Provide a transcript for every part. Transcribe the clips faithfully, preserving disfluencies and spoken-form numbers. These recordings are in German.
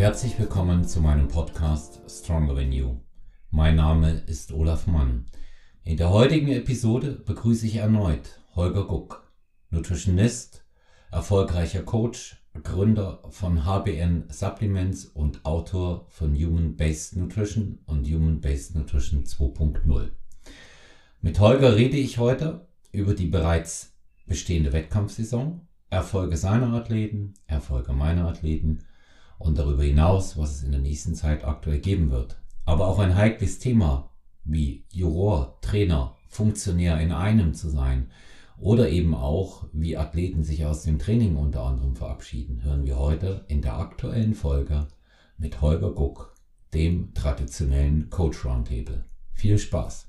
Herzlich willkommen zu meinem Podcast Stronger Than You. Mein Name ist Olaf Mann. In der heutigen Episode begrüße ich erneut Holger Guck, Nutritionist, erfolgreicher Coach, Gründer von H B N Supplements und Autor von Human-Based Nutrition und Human-Based Nutrition zwei Punkt null. Mit Holger rede ich heute über die bereits bestehende Wettkampfsaison, Erfolge seiner Athleten, Erfolge meiner Athleten und darüber hinaus, was es in der nächsten Zeit aktuell geben wird. Aber auch ein heikles Thema wie Juror, Trainer, Funktionär in einem zu sein oder eben auch, wie Athleten sich aus dem Training unter anderem verabschieden, hören wir heute in der aktuellen Folge mit Holger Guck, dem traditionellen Coach Roundtable. Viel Spaß!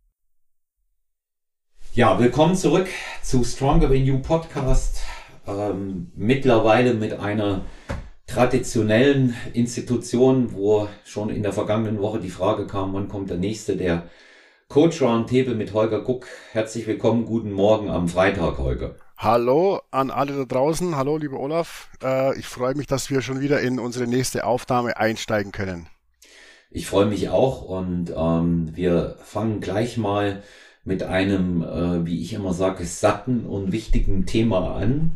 Ja, willkommen zurück zu Stronger Than You Podcast. Ähm, mittlerweile mit einer traditionellen Institution, wo schon in der vergangenen Woche die Frage kam, wann kommt der nächste, der Coach Roundtable mit Holger Guck. Herzlich willkommen, guten Morgen am Freitag, Holger. Hallo an alle da draußen, hallo lieber Olaf. Äh, ich freue mich, dass wir schon wieder in unsere nächste Aufnahme einsteigen können. Ich freue mich auch und ähm, wir fangen gleich mal mit einem, äh, wie ich immer sage, satten und wichtigen Thema an,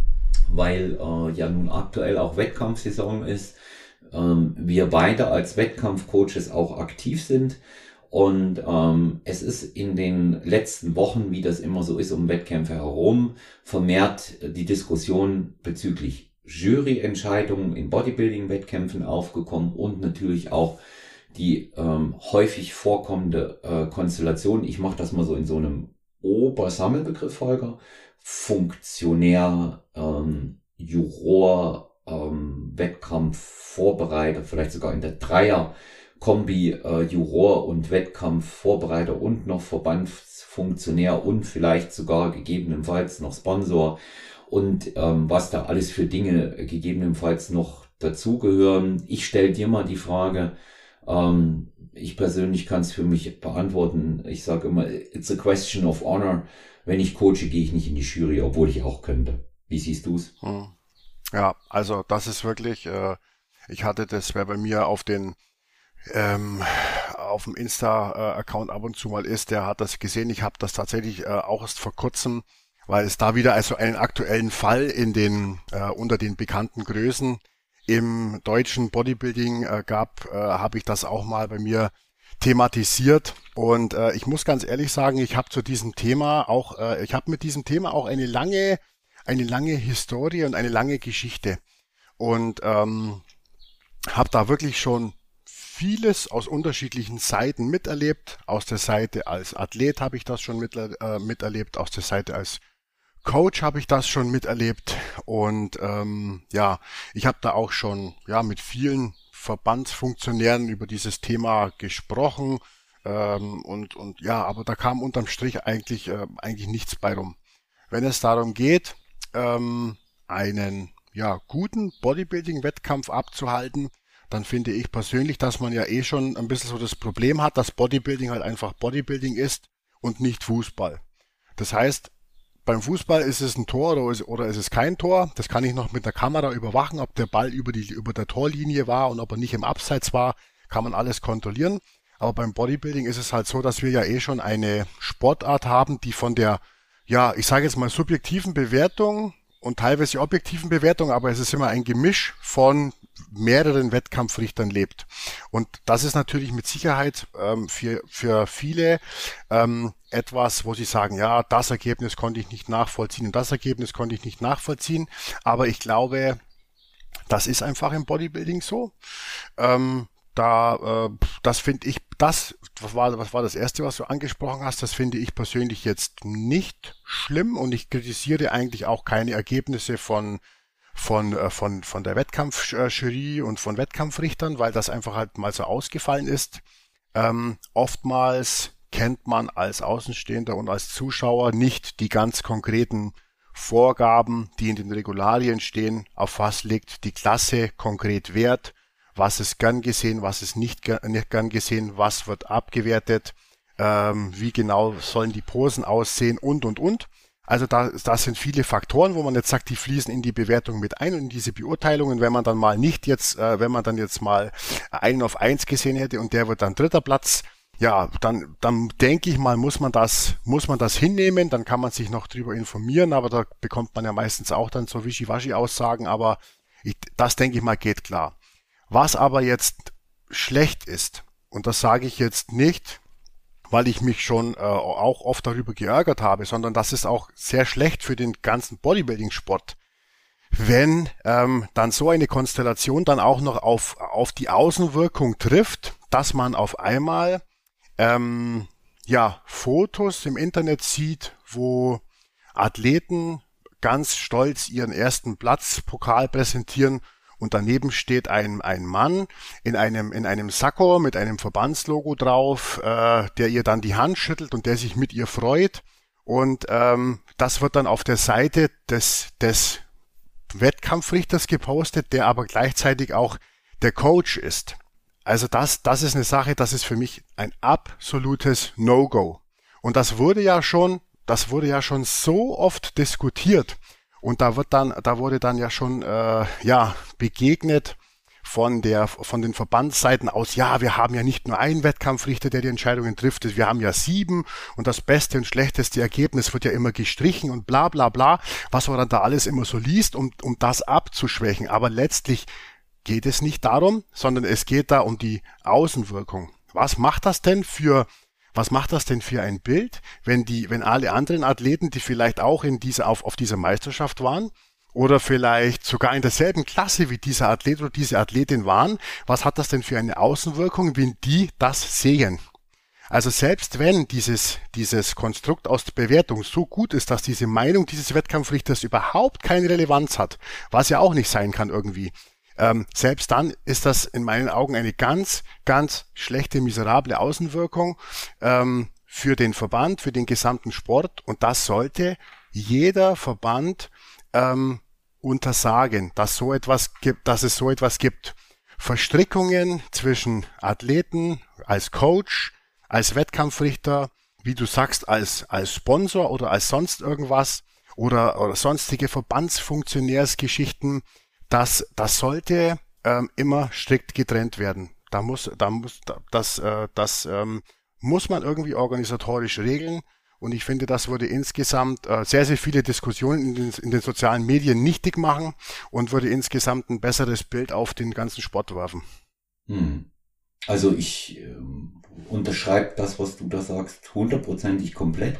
weil äh, ja nun aktuell auch Wettkampfsaison ist, ähm, wir beide als Wettkampfcoaches auch aktiv sind und ähm, es ist in den letzten Wochen, wie das immer so ist, um Wettkämpfe herum, vermehrt die Diskussion bezüglich Juryentscheidungen in Bodybuilding-Wettkämpfen aufgekommen und natürlich auch die ähm, häufig vorkommende äh, Konstellation, ich mache das mal so in so einem Obersammelbegriff, Holger, Funktionär, ähm, Juror, ähm, Wettkampfvorbereiter, vielleicht sogar in der Dreier-Kombi, äh, Juror und Wettkampfvorbereiter und noch Verbandsfunktionär und vielleicht sogar gegebenenfalls noch Sponsor und ähm, was da alles für Dinge gegebenenfalls noch dazugehören. Ich stelle dir mal die Frage, ähm, ich persönlich kann es für mich beantworten. Ich sage immer, it's a question of honor. Wenn ich coache, gehe ich nicht in die Jury, obwohl ich auch könnte. Wie siehst du es? Ja, also das ist wirklich, äh, ich hatte das, wer bei mir auf den ähm, auf dem Insta-Account ab und zu mal ist, der hat das gesehen. Ich habe das tatsächlich äh, auch erst vor kurzem, weil es da wieder also einen aktuellen Fall in den äh, unter den bekannten Größen im deutschen Bodybuilding äh, gab, äh, habe ich das auch mal bei mir thematisiert und äh, ich muss ganz ehrlich sagen, ich habe zu diesem Thema auch, äh, ich habe mit diesem Thema auch eine lange, eine lange Historie und eine lange Geschichte und ähm, habe da wirklich schon vieles aus unterschiedlichen Seiten miterlebt. Aus der Seite als Athlet habe ich das schon mit, äh, miterlebt, aus der Seite als Coach habe ich das schon miterlebt und ähm, ja, ich habe da auch schon ja mit vielen Verbandsfunktionären über dieses Thema gesprochen ähm, und und ja, aber da kam unterm Strich eigentlich äh, eigentlich nichts bei rum. Wenn es darum geht, ähm, einen ja guten Bodybuilding-Wettkampf abzuhalten, dann finde ich persönlich, dass man ja eh schon ein bisschen so das Problem hat, dass Bodybuilding halt einfach Bodybuilding ist und nicht Fußball. Das heißt, beim Fußball ist es ein Tor oder ist, oder ist es kein Tor. Das kann ich noch mit der Kamera überwachen, ob der Ball über die über der Torlinie war und ob er nicht im Abseits war, kann man alles kontrollieren. Aber beim Bodybuilding ist es halt so, dass wir ja eh schon eine Sportart haben, die von der, ja, ich sage jetzt mal subjektiven Bewertung und teilweise objektiven Bewertung, aber es ist immer ein Gemisch von mehreren Wettkampfrichtern lebt. Und das ist natürlich mit Sicherheit ähm, für, für viele ähm, etwas, wo sie sagen, ja, das Ergebnis konnte ich nicht nachvollziehen und das Ergebnis konnte ich nicht nachvollziehen. Aber ich glaube, das ist einfach im Bodybuilding so. Ähm, da, äh, das finde ich, das, was war, was war das Erste, was du angesprochen hast, das finde ich persönlich jetzt nicht schlimm und ich kritisiere eigentlich auch keine Ergebnisse von von äh, von von der Wettkampfjury und von Wettkampfrichtern, weil das einfach halt mal so ausgefallen ist. Ähm, oftmals kennt man als Außenstehender und als Zuschauer nicht die ganz konkreten Vorgaben, die in den Regularien stehen, auf was legt die Klasse konkret Wert, was ist gern gesehen, was ist nicht gern, nicht gern gesehen, was wird abgewertet, ähm, wie genau sollen die Posen aussehen und und und. Also da, das sind viele Faktoren, wo man jetzt sagt, die fließen in die Bewertung mit ein und in diese Beurteilungen. Wenn man dann mal nicht jetzt, äh, wenn man dann jetzt mal einen auf eins gesehen hätte und der wird dann dritter Platz, ja, dann, dann denke ich mal, muss man das, muss man das hinnehmen. Dann kann man sich noch drüber informieren, aber da bekommt man ja meistens auch dann so Wischiwaschi-Aussagen. Aber ich, das denke ich mal geht klar. Was aber jetzt schlecht ist, und das sage ich jetzt nicht, weil ich mich schon äh, auch oft darüber geärgert habe, sondern das ist auch sehr schlecht für den ganzen Bodybuilding-Sport, wenn ähm, dann so eine Konstellation dann auch noch auf, auf die Außenwirkung trifft, dass man auf einmal ähm, ja Fotos im Internet sieht, wo Athleten ganz stolz ihren ersten Platzpokal präsentieren und daneben steht ein, ein Mann in einem, in einem Sakko mit einem Verbandslogo drauf, äh, der ihr dann die Hand schüttelt und der sich mit ihr freut. Und ähm, das wird dann auf der Seite des, des Wettkampfrichters gepostet, der aber gleichzeitig auch der Coach ist. Also das, das ist eine Sache, das ist für mich ein absolutes No-Go. Und das wurde ja schon, das wurde ja schon so oft diskutiert. Und da wird dann, da wurde dann ja schon äh, ja begegnet von der, von den Verbandsseiten aus. Ja, wir haben ja nicht nur einen Wettkampfrichter, der die Entscheidungen trifft. Wir haben ja sieben und das beste und schlechteste Ergebnis wird ja immer gestrichen und bla bla bla, was man dann da alles immer so liest, um um das abzuschwächen. Aber letztlich geht es nicht darum, sondern es geht da um die Außenwirkung. Was macht das denn für Was macht das denn für ein Bild, wenn die, wenn alle anderen Athleten, die vielleicht auch in dieser, auf, auf dieser Meisterschaft waren oder vielleicht sogar in derselben Klasse wie dieser Athlet oder diese Athletin waren, was hat das denn für eine Außenwirkung, wenn die das sehen? Also selbst wenn dieses, dieses Konstrukt aus der Bewertung so gut ist, dass diese Meinung dieses Wettkampfrichters überhaupt keine Relevanz hat, was ja auch nicht sein kann irgendwie, Ähm, selbst dann ist das in meinen Augen eine ganz, ganz schlechte, miserable Außenwirkung ähm, für den Verband, für den gesamten Sport. Und das sollte jeder Verband ähm, untersagen, dass so etwas gibt, dass es so etwas gibt. Verstrickungen zwischen Athleten als Coach, als Wettkampfrichter, wie du sagst, als als Sponsor oder als sonst irgendwas oder, oder sonstige Verbandsfunktionärsgeschichten. Das, das sollte ähm, immer strikt getrennt werden. Da muss, da muss, das, äh, das ähm, muss man irgendwie organisatorisch regeln. Und ich finde, das würde insgesamt äh, sehr, sehr viele Diskussionen in den, in den sozialen Medien nichtig machen und würde insgesamt ein besseres Bild auf den ganzen Sport werfen. Hm. Also ich ähm, unterschreibe das, was du da sagst, hundertprozentig komplett.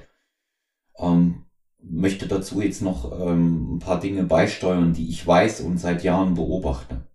Ähm, möchte dazu jetzt noch ähm, ein paar Dinge beisteuern, die ich weiß und seit Jahren beobachte.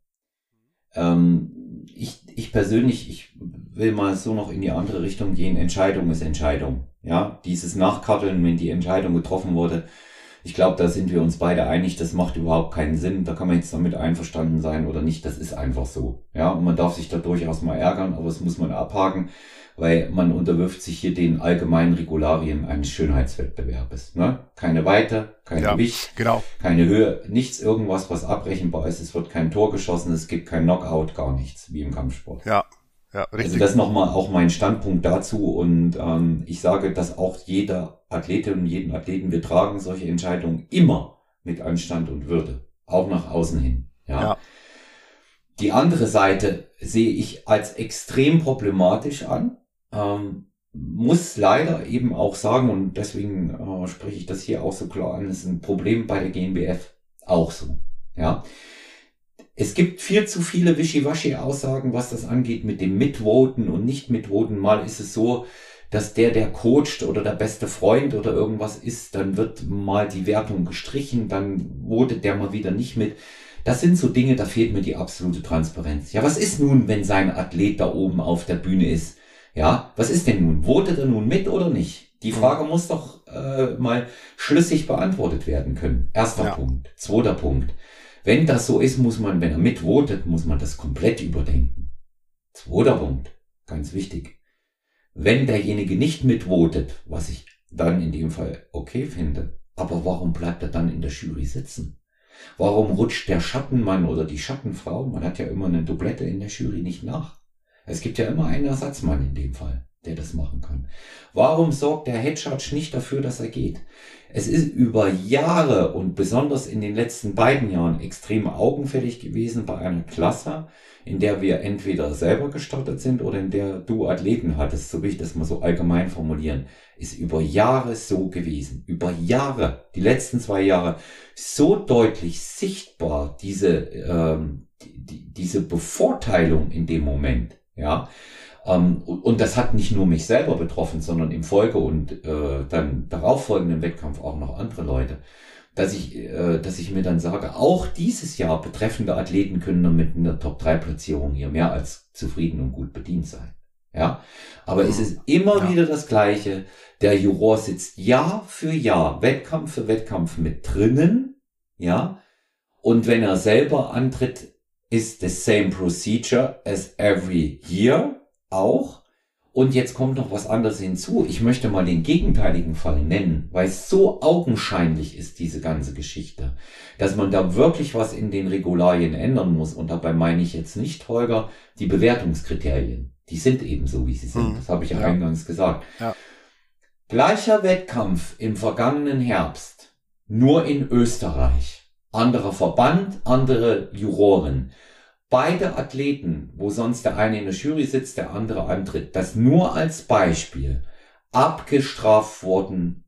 Ähm, ich, ich persönlich, ich will mal so noch in die andere Richtung gehen. Entscheidung ist Entscheidung. Ja, dieses Nachkarteln, wenn die Entscheidung getroffen wurde, ich glaube, da sind wir uns beide einig, das macht überhaupt keinen Sinn. Da kann man jetzt damit einverstanden sein oder nicht. Das ist einfach so. Ja, und man darf sich da durchaus mal ärgern, aber das muss man abhaken, weil man unterwirft sich hier den allgemeinen Regularien eines Schönheitswettbewerbes. Ne? Keine Weite, kein Ja, Gewicht, genau. keine Höhe, nichts irgendwas, was abrechenbar ist. Es wird kein Tor geschossen, es gibt kein Knockout, gar nichts, wie im Kampfsport. Ja, ja, richtig. Also das nochmal auch mein Standpunkt dazu und ähm, ich sage, dass auch jeder Athletin und jeden Athleten, wir tragen solche Entscheidungen immer mit Anstand und Würde, auch nach außen hin. Ja. Ja. Die andere Seite sehe ich als extrem problematisch an, ähm, muss leider eben auch sagen, und deswegen äh, spreche ich das hier auch so klar an, ist ein Problem bei der G N B F auch so. Ja. Es gibt viel zu viele Wischiwaschi-Aussagen, was das angeht mit dem Mitvoten und Nicht-Mitvoten. Mal ist es so, dass der, der coacht oder der beste Freund oder irgendwas ist, dann wird mal die Wertung gestrichen, dann votet der mal wieder nicht mit. Das sind so Dinge, da fehlt mir die absolute Transparenz. Ja, was ist nun, wenn sein Athlet da oben auf der Bühne ist? Ja, was ist denn nun? Votet er nun mit oder nicht? Die Frage muss doch äh, mal schlüssig beantwortet werden können. Erster Ja. Punkt. Zweiter Punkt. Wenn das so ist, muss man, wenn er mitvotet, muss man das komplett überdenken. Zweiter Punkt. Ganz wichtig. Wenn derjenige nicht mitvotet, was ich dann in dem Fall okay finde, aber warum bleibt er dann in der Jury sitzen? Warum rutscht der Schattenmann oder die Schattenfrau, man hat ja immer eine Doublette in der Jury, nicht nach? Es gibt ja immer einen Ersatzmann in dem Fall. der das machen kann. Warum sorgt der Head Judge nicht dafür, dass er geht? Es ist über Jahre und besonders in den letzten beiden Jahren extrem augenfällig gewesen bei einer Klasse, in der wir entweder selber gestartet sind oder in der du Athleten hattest, so will ich das mal so allgemein formulieren, ist über Jahre so gewesen. Über Jahre, die letzten zwei Jahre, so deutlich sichtbar diese, ähm, die, diese Bevorteilung in dem Moment, ja. Ähm, und, und das hat nicht nur mich selber betroffen, sondern im Folge und äh, dann darauffolgenden Wettkampf auch noch andere Leute, dass ich, äh, dass ich mir dann sage, auch dieses Jahr betreffende Athleten können mit einer Top drei Platzierung hier mehr als zufrieden und gut bedient sein. Ja, aber es ist immer ja. wieder das Gleiche. Der Juror sitzt Jahr für Jahr, Wettkampf für Wettkampf mit drinnen, ja, und wenn er selber antritt, ist the same procedure as every year auch. Und jetzt kommt noch was anderes hinzu. Ich möchte mal den gegenteiligen Fall nennen, weil es so augenscheinlich ist, diese ganze Geschichte, dass man da wirklich was in den Regularien ändern muss. Und dabei meine ich jetzt nicht, Holger, die Bewertungskriterien. Die sind eben so, wie sie sind. Das habe ich ja eingangs gesagt. Ja. Gleicher Wettkampf im vergangenen Herbst, nur in Österreich. Anderer Verband, andere Juroren. Beide Athleten, wo sonst der eine in der Jury sitzt, der andere antritt, das nur als Beispiel, abgestraft wurden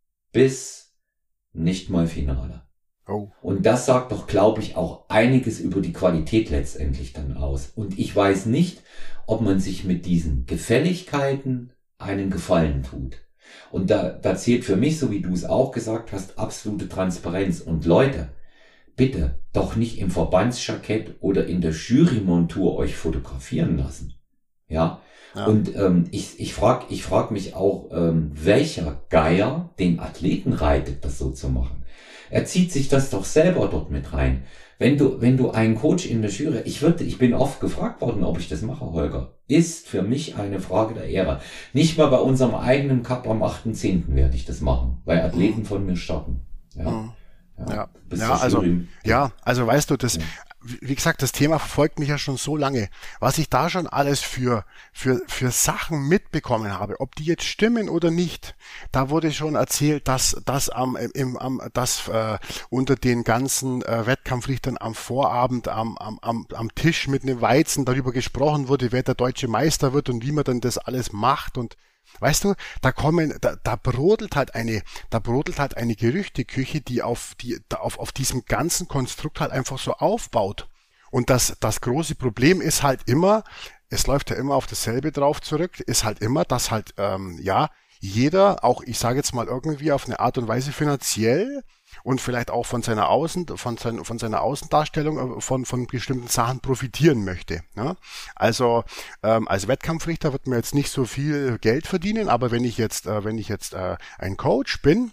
bis nicht mal Finale. Oh. Und das sagt doch, glaube ich, auch einiges über die Qualität letztendlich dann aus. Und ich weiß nicht, ob man sich mit diesen Gefälligkeiten einen Gefallen tut. Und da, da zählt für mich, so wie du es auch gesagt hast, absolute Transparenz. Und Leute, bitte doch nicht im Verbandsjackett oder in der Jurymontur euch fotografieren lassen. Ja. ja. Und ähm, ich, ich frage ich frag mich auch, ähm, welcher Geier den Athleten reitet, das so zu machen. Er zieht sich das doch selber dort mit rein. Wenn du, wenn du einen Coach in der Jury, ich würde, ich bin oft gefragt worden, ob ich das mache, Holger, ist für mich eine Frage der Ehre. Nicht mal bei unserem eigenen Cup am achten zehnten werde ich das machen, weil Athleten von mir starten. Ja. Mhm. Ja, ja, ja also, ja, also weißt du, das, ja. wie gesagt, das Thema verfolgt mich ja schon so lange. Was ich da schon alles für, für, für Sachen mitbekommen habe, ob die jetzt stimmen oder nicht, da wurde schon erzählt, dass, dass am, im, am, dass, äh, unter den ganzen äh, Wettkampfrichtern am Vorabend am, am, am, am Tisch mit einem Weizen darüber gesprochen wurde, wer der deutsche Meister wird und wie man dann das alles macht und weißt du, da kommen, da, da brodelt halt eine, da brodelt halt eine Gerüchteküche, die auf, die, da auf, auf diesem ganzen Konstrukt halt einfach so aufbaut. Und das, das große Problem ist halt immer, es läuft ja immer auf dasselbe drauf zurück, ist halt immer, dass halt, ähm, ja, jeder, auch ich sage jetzt mal irgendwie auf eine Art und Weise finanziell und vielleicht auch von seiner Außen, von, sein, von seiner Außendarstellung von, von bestimmten Sachen profitieren möchte. Ja? Also ähm, als Wettkampfrichter wird man jetzt nicht so viel Geld verdienen, aber wenn ich jetzt, äh, wenn ich jetzt äh, ein Coach bin,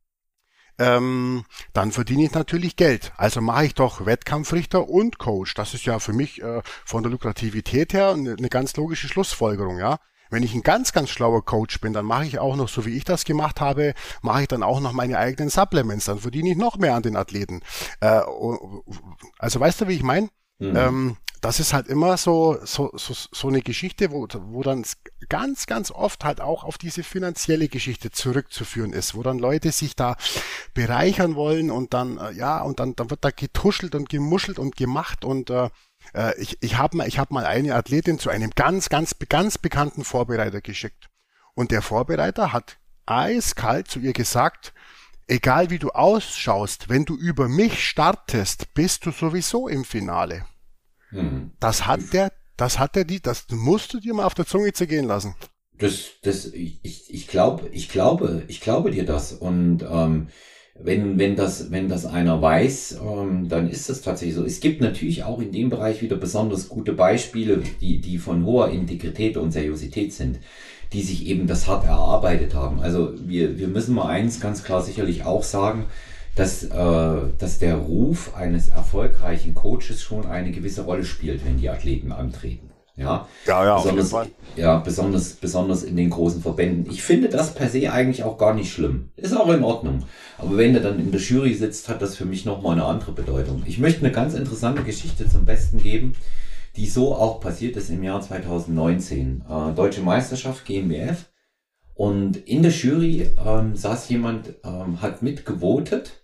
ähm, dann verdiene ich natürlich Geld. Also mache ich doch Wettkampfrichter und Coach. Das ist ja für mich äh, von der Lukrativität her eine, eine ganz logische Schlussfolgerung, ja. Wenn ich ein ganz, ganz schlauer Coach bin, dann mache ich auch noch, so wie ich das gemacht habe, mache ich dann auch noch meine eigenen Supplements. Dann verdiene ich noch mehr an den Athleten. Äh, also weißt du, wie ich meine? Mhm. Ähm, das ist halt immer so, so, so, so eine Geschichte, wo, wo dann ganz, ganz oft halt auch auf diese finanzielle Geschichte zurückzuführen ist, wo dann Leute sich da bereichern wollen und dann, äh, ja, und dann, dann wird da getuschelt und gemuschelt und gemacht und äh, Ich, ich habe mal, ich hab mal eine Athletin zu einem ganz, ganz, ganz bekannten Vorbereiter geschickt. Und der Vorbereiter hat eiskalt zu ihr gesagt, egal wie du ausschaust, wenn du über mich startest, bist du sowieso im Finale. Hm. Das hat der, das hat der, die, das musst du dir mal auf der Zunge zergehen lassen. Das, das, ich, ich glaube, ich glaube, ich glaube dir das. Und ähm, Wenn, wenn das, wenn das einer weiß, ähm, dann ist das tatsächlich so. Es gibt natürlich auch in dem Bereich wieder besonders gute Beispiele, die, die von hoher Integrität und Seriosität sind, die sich eben das hart erarbeitet haben. Also wir, wir müssen mal eins ganz klar sicherlich auch sagen, dass, äh, dass der Ruf eines erfolgreichen Coaches schon eine gewisse Rolle spielt, wenn die Athleten antreten. Ja, ja, ja, besonders, auf jeden Fall. Ja, besonders, besonders in den großen Verbänden. Ich finde das per se eigentlich auch gar nicht schlimm. Ist auch in Ordnung. Aber wenn der dann in der Jury sitzt, hat das für mich nochmal eine andere Bedeutung. Ich möchte eine ganz interessante Geschichte zum Besten geben, die so auch passiert ist im Jahr zweitausendneunzehn. Äh, Deutsche Meisterschaft, G m B F. Und in der Jury ähm, saß jemand, ähm, hat mitgevotet.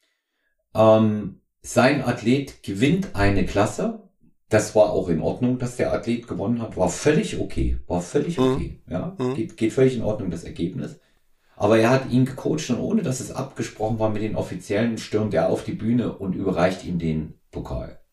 Ähm, sein Athlet gewinnt eine Klasse. Das war auch in Ordnung, dass der Athlet gewonnen hat. War völlig okay. War völlig okay. Mhm. Ja, mhm. geht, geht völlig in Ordnung, das Ergebnis. Aber er hat ihn gecoacht und ohne, dass es abgesprochen war mit den Offiziellen, stürmt er auf die Bühne und überreicht ihm den Pokal.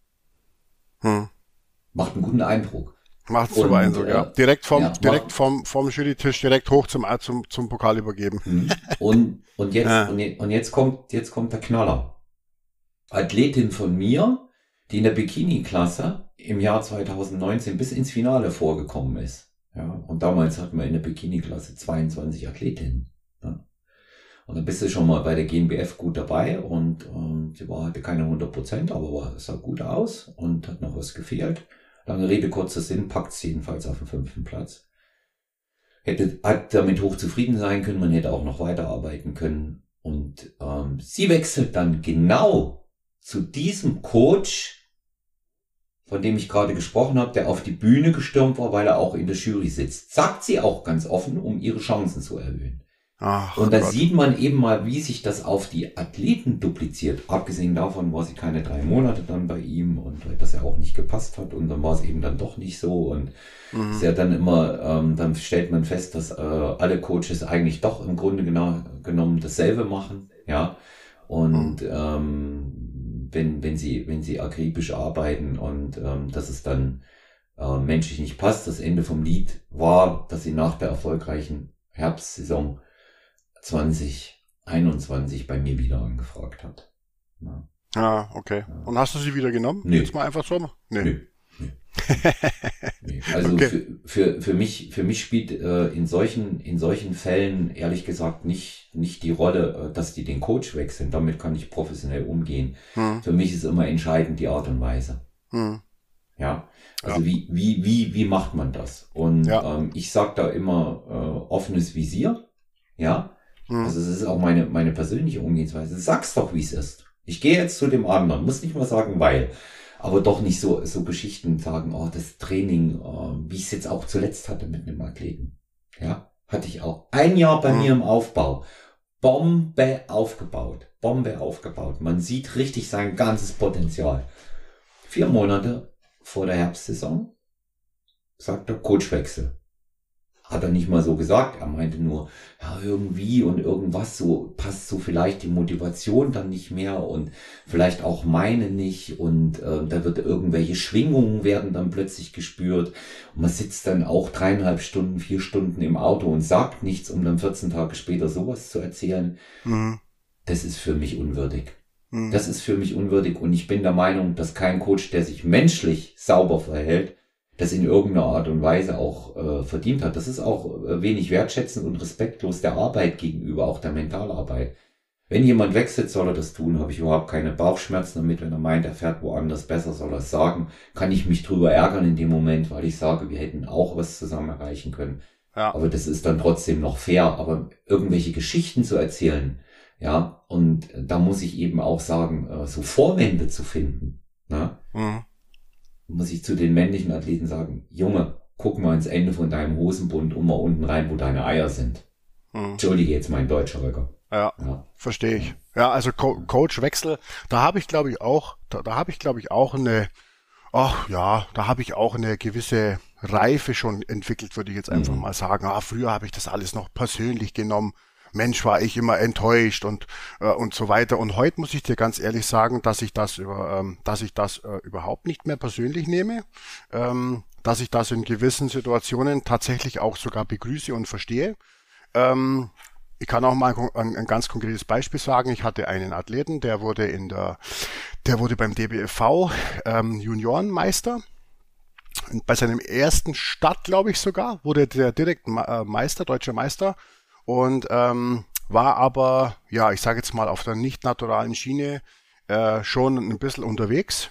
Mhm. Macht einen guten Eindruck. Macht super Eindruck, äh, ja. Direkt vom, ja, direkt vom, vom Jurytisch direkt hoch zum, zum, zum Pokal übergeben. Mhm. Und, und jetzt, ja. und, und jetzt kommt, jetzt kommt der Knaller. Athletin von mir, die in der Bikini-Klasse im Jahr zweitausendneunzehn bis ins Finale vorgekommen ist. Ja, und damals hatten wir in der Bikini-Klasse zweiundzwanzig Athletinnen. Ja. Und dann bist du schon mal bei der G m B F gut dabei und, und sie war, hatte keine hundert Prozent, aber war, sah gut aus und hat noch was gefehlt. Lange Rede, kurzer Sinn, packt es jedenfalls auf den fünften Platz. Hätte, hat damit hochzufrieden sein können, man hätte auch noch weiterarbeiten können. Und ähm, sie wechselt dann genau zu diesem Coach, von dem ich gerade gesprochen habe, der auf die Bühne gestürmt war, weil er auch in der Jury sitzt. Sagt sie auch ganz offen, um ihre Chancen zu erhöhen. Ach, und da Gott. Sieht man eben mal, wie sich das auf die Athleten dupliziert. Abgesehen davon war sie keine drei Monate dann bei ihm und weil das ja auch nicht gepasst hat und dann war es eben dann doch nicht so und mhm. ist ja dann immer, ähm, dann stellt man fest, dass äh, alle Coaches eigentlich doch im Grunde genau, genommen dasselbe machen, ja. Und mhm. ähm, wenn wenn sie wenn sie akribisch arbeiten und ähm, dass es dann äh, menschlich nicht passt. Das Ende vom Lied war, dass sie nach der erfolgreichen Herbstsaison zwanzig einundzwanzig bei mir wieder angefragt hat. Ja, ah, okay. Ja. Und hast du sie wieder genommen? Nee. Jetzt mal einfach so? Nee. Nee. nee. nee. Also okay. für, für, für mich, für mich spielt äh, in solchen, in solchen Fällen ehrlich gesagt nicht, nicht die Rolle, äh, dass die den Coach wechseln. Damit kann ich professionell umgehen. Hm. Für mich ist immer entscheidend die Art und Weise. Hm. Ja. Also ja. wie, wie, wie, wie macht man das? Und ja. ähm, ich sage da immer äh, offenes Visier. Ja. Also es ist auch meine meine persönliche Umgehensweise. Sag's doch, wie es ist. Ich gehe jetzt zu dem anderen, muss nicht mal sagen, weil, aber doch nicht so so Geschichten sagen, oh, das Training, oh, wie ich es jetzt auch zuletzt hatte mit einem Athleten. Ja, hatte ich auch. Ein Jahr bei mhm. mir im Aufbau. Bombe aufgebaut. Bombe aufgebaut. Man sieht richtig sein ganzes Potenzial. Vier Monate vor der Herbstsaison sagt er Coachwechsel. Hat er nicht mal so gesagt, er meinte nur, ja, irgendwie und irgendwas, so passt so vielleicht die Motivation dann nicht mehr und vielleicht auch meine nicht und äh, da wird irgendwelche Schwingungen werden dann plötzlich gespürt und man sitzt dann auch dreieinhalb Stunden, vier Stunden im Auto und sagt nichts, um dann vierzehn Tage später sowas zu erzählen. Mhm. Das ist für mich unwürdig. Mhm. Das ist für mich unwürdig und ich bin der Meinung, dass kein Coach, der sich menschlich sauber verhält, das in irgendeiner Art und Weise auch äh, verdient hat. Das ist auch äh, wenig wertschätzend und respektlos der Arbeit gegenüber, auch der Mentalarbeit. Wenn jemand wechselt, soll er das tun, habe ich überhaupt keine Bauchschmerzen damit. Wenn er meint, er fährt woanders besser, soll er es sagen. Kann ich mich drüber ärgern in dem Moment, weil ich sage, wir hätten auch was zusammen erreichen können. Ja. Aber das ist dann trotzdem noch fair. Aber irgendwelche Geschichten zu erzählen, ja, und da muss ich eben auch sagen, äh, so Vorwände zu finden, ne? Mhm. Muss ich zu den männlichen Athleten sagen, Junge, guck mal ins Ende von deinem Hosenbund und mal unten rein, wo deine Eier sind. Hm. Entschuldige jetzt mein Deutscher, Röcker. Ja, ja. Verstehe ich. Ja, also Co- Coachwechsel, da habe ich glaube ich auch, da, da habe ich glaube ich auch eine, ach ja, da habe ich auch eine gewisse Reife schon entwickelt, würde ich jetzt einfach mhm. mal sagen. Ah, früher habe ich das alles noch persönlich genommen. Mensch, war ich immer enttäuscht und äh, und so weiter. Und heute muss ich dir ganz ehrlich sagen, dass ich das über, ähm, dass ich das äh, überhaupt nicht mehr persönlich nehme, ähm, dass ich das in gewissen Situationen tatsächlich auch sogar begrüße und verstehe. Ähm, ich kann auch mal ein, ein ganz konkretes Beispiel sagen. Ich hatte einen Athleten, der wurde in der, der wurde beim D B F V ähm, Juniorenmeister. Und bei seinem ersten Start, glaube ich sogar, wurde der direkt Meister, deutscher Meister. Und ähm, war aber, ja, ich sage jetzt mal, auf der nicht naturalen Schiene äh, schon ein bisschen unterwegs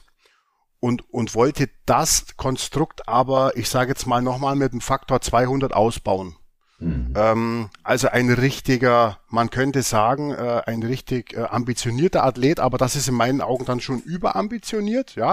und und wollte das Konstrukt aber, ich sage jetzt mal nochmal, mit dem Faktor zweihundert ausbauen. Mhm. Ähm, also ein richtiger, man könnte sagen, äh, ein richtig äh, ambitionierter Athlet, aber das ist in meinen Augen dann schon überambitioniert, ja.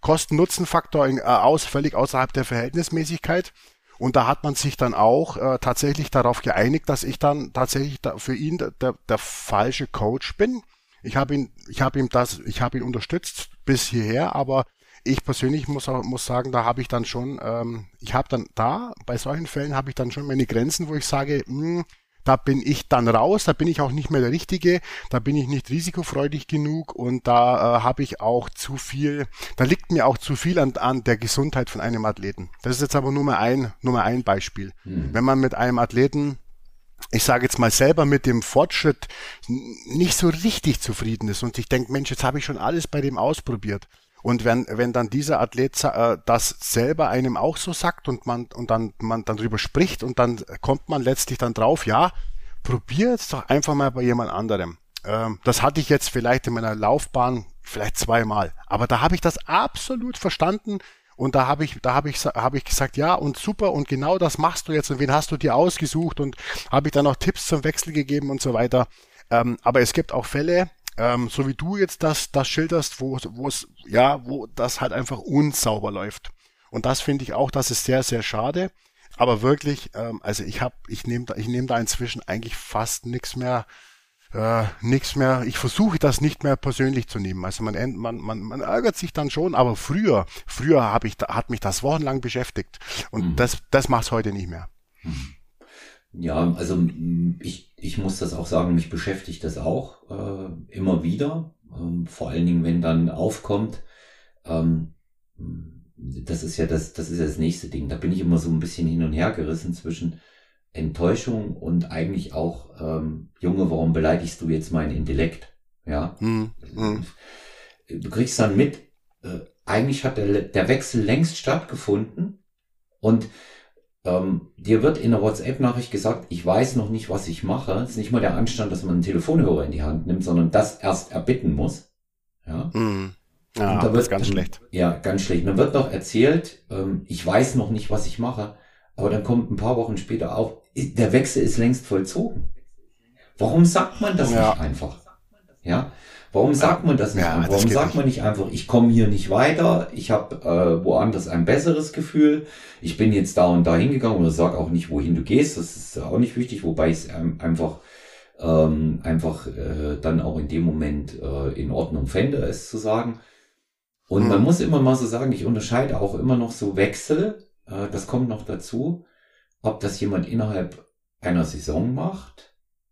Kosten-Nutzen-Faktor in, äh, aus, völlig außerhalb der Verhältnismäßigkeit. Und da hat man sich dann auch äh, tatsächlich darauf geeinigt, dass ich dann tatsächlich da für ihn der, der, der falsche Coach bin. Ich habe ihn, ich habe ihm das, ich habe ihn unterstützt bis hierher, aber ich persönlich muss auch, muss sagen, da habe ich dann schon, ähm, ich habe dann da, bei solchen Fällen habe ich dann schon meine Grenzen, wo ich sage, mh, da bin ich dann raus, da bin ich auch nicht mehr der Richtige, da bin ich nicht risikofreudig genug und da äh, habe ich auch zu viel, da liegt mir auch zu viel an, an der Gesundheit von einem Athleten. Das ist jetzt aber nur mal ein, nur mal ein Beispiel. Hm. Wenn man mit einem Athleten, ich sage jetzt mal selber mit dem Fortschritt nicht so richtig zufrieden ist und ich denke, Mensch, jetzt habe ich schon alles bei dem ausprobiert. Und wenn, wenn dann dieser Athlet äh, das selber einem auch so sagt und man, und dann, man dann drüber spricht und dann kommt man letztlich dann drauf, ja, probier es doch einfach mal bei jemand anderem. Ähm, das hatte ich jetzt vielleicht in meiner Laufbahn vielleicht zweimal. Aber da habe ich das absolut verstanden und da habe ich, da habe ich, habe ich gesagt, ja und super und genau das machst du jetzt und wen hast du dir ausgesucht und habe ich dann auch Tipps zum Wechsel gegeben und so weiter. Ähm, aber es gibt auch Fälle, Ähm, so wie du jetzt das, das schilderst, wo, wo es, ja, wo das halt einfach unsauber läuft. Und das finde ich auch, das ist sehr, sehr schade. Aber wirklich, ähm, also ich habe, ich nehme da, ich nehme da inzwischen eigentlich fast nichts mehr, äh, nichts mehr. Ich versuche das nicht mehr persönlich zu nehmen. Also man, man, man, man ärgert sich dann schon, aber früher, früher habe ich, hat mich das wochenlang beschäftigt. Und mhm. das, das macht's heute nicht mehr. Mhm. Ja, also ich, ich muss das auch sagen, mich beschäftigt das auch äh, immer wieder, ähm, vor allen Dingen, wenn dann aufkommt, ähm, das ist ja das, das ist ja das nächste Ding, da bin ich immer so ein bisschen hin und her gerissen zwischen Enttäuschung und eigentlich auch, ähm, Junge, warum beleidigst du jetzt meinen Intellekt? Ja, hm, hm. Du kriegst dann mit, äh, eigentlich hat der, der Wechsel längst stattgefunden und Ähm, dir wird in der WhatsApp-Nachricht gesagt, ich weiß noch nicht, was ich mache. Es ist nicht mal der Anstand, dass man einen Telefonhörer in die Hand nimmt, sondern das erst erbitten muss. Ja, mm. ja und da das wird, ist ganz schlecht. Ja, ganz schlecht. Dann wird noch erzählt, ähm, ich weiß noch nicht, was ich mache. Aber dann kommt ein paar Wochen später auf, der Wechsel ist längst vollzogen. Warum sagt man das ja. nicht einfach? Ja, warum sagt man das nicht ja, einfach? Warum das sagt nicht. man nicht einfach, ich komme hier nicht weiter, ich habe äh, woanders ein besseres Gefühl, ich bin jetzt da und da hingegangen oder sag auch nicht, wohin du gehst, das ist auch nicht wichtig, wobei ich es ähm, einfach ähm, einfach äh, dann auch in dem Moment äh, in Ordnung fände, es zu sagen. Und hm. man muss immer mal so sagen, ich unterscheide auch immer noch so Wechsel, äh, das kommt noch dazu, ob das jemand innerhalb einer Saison macht.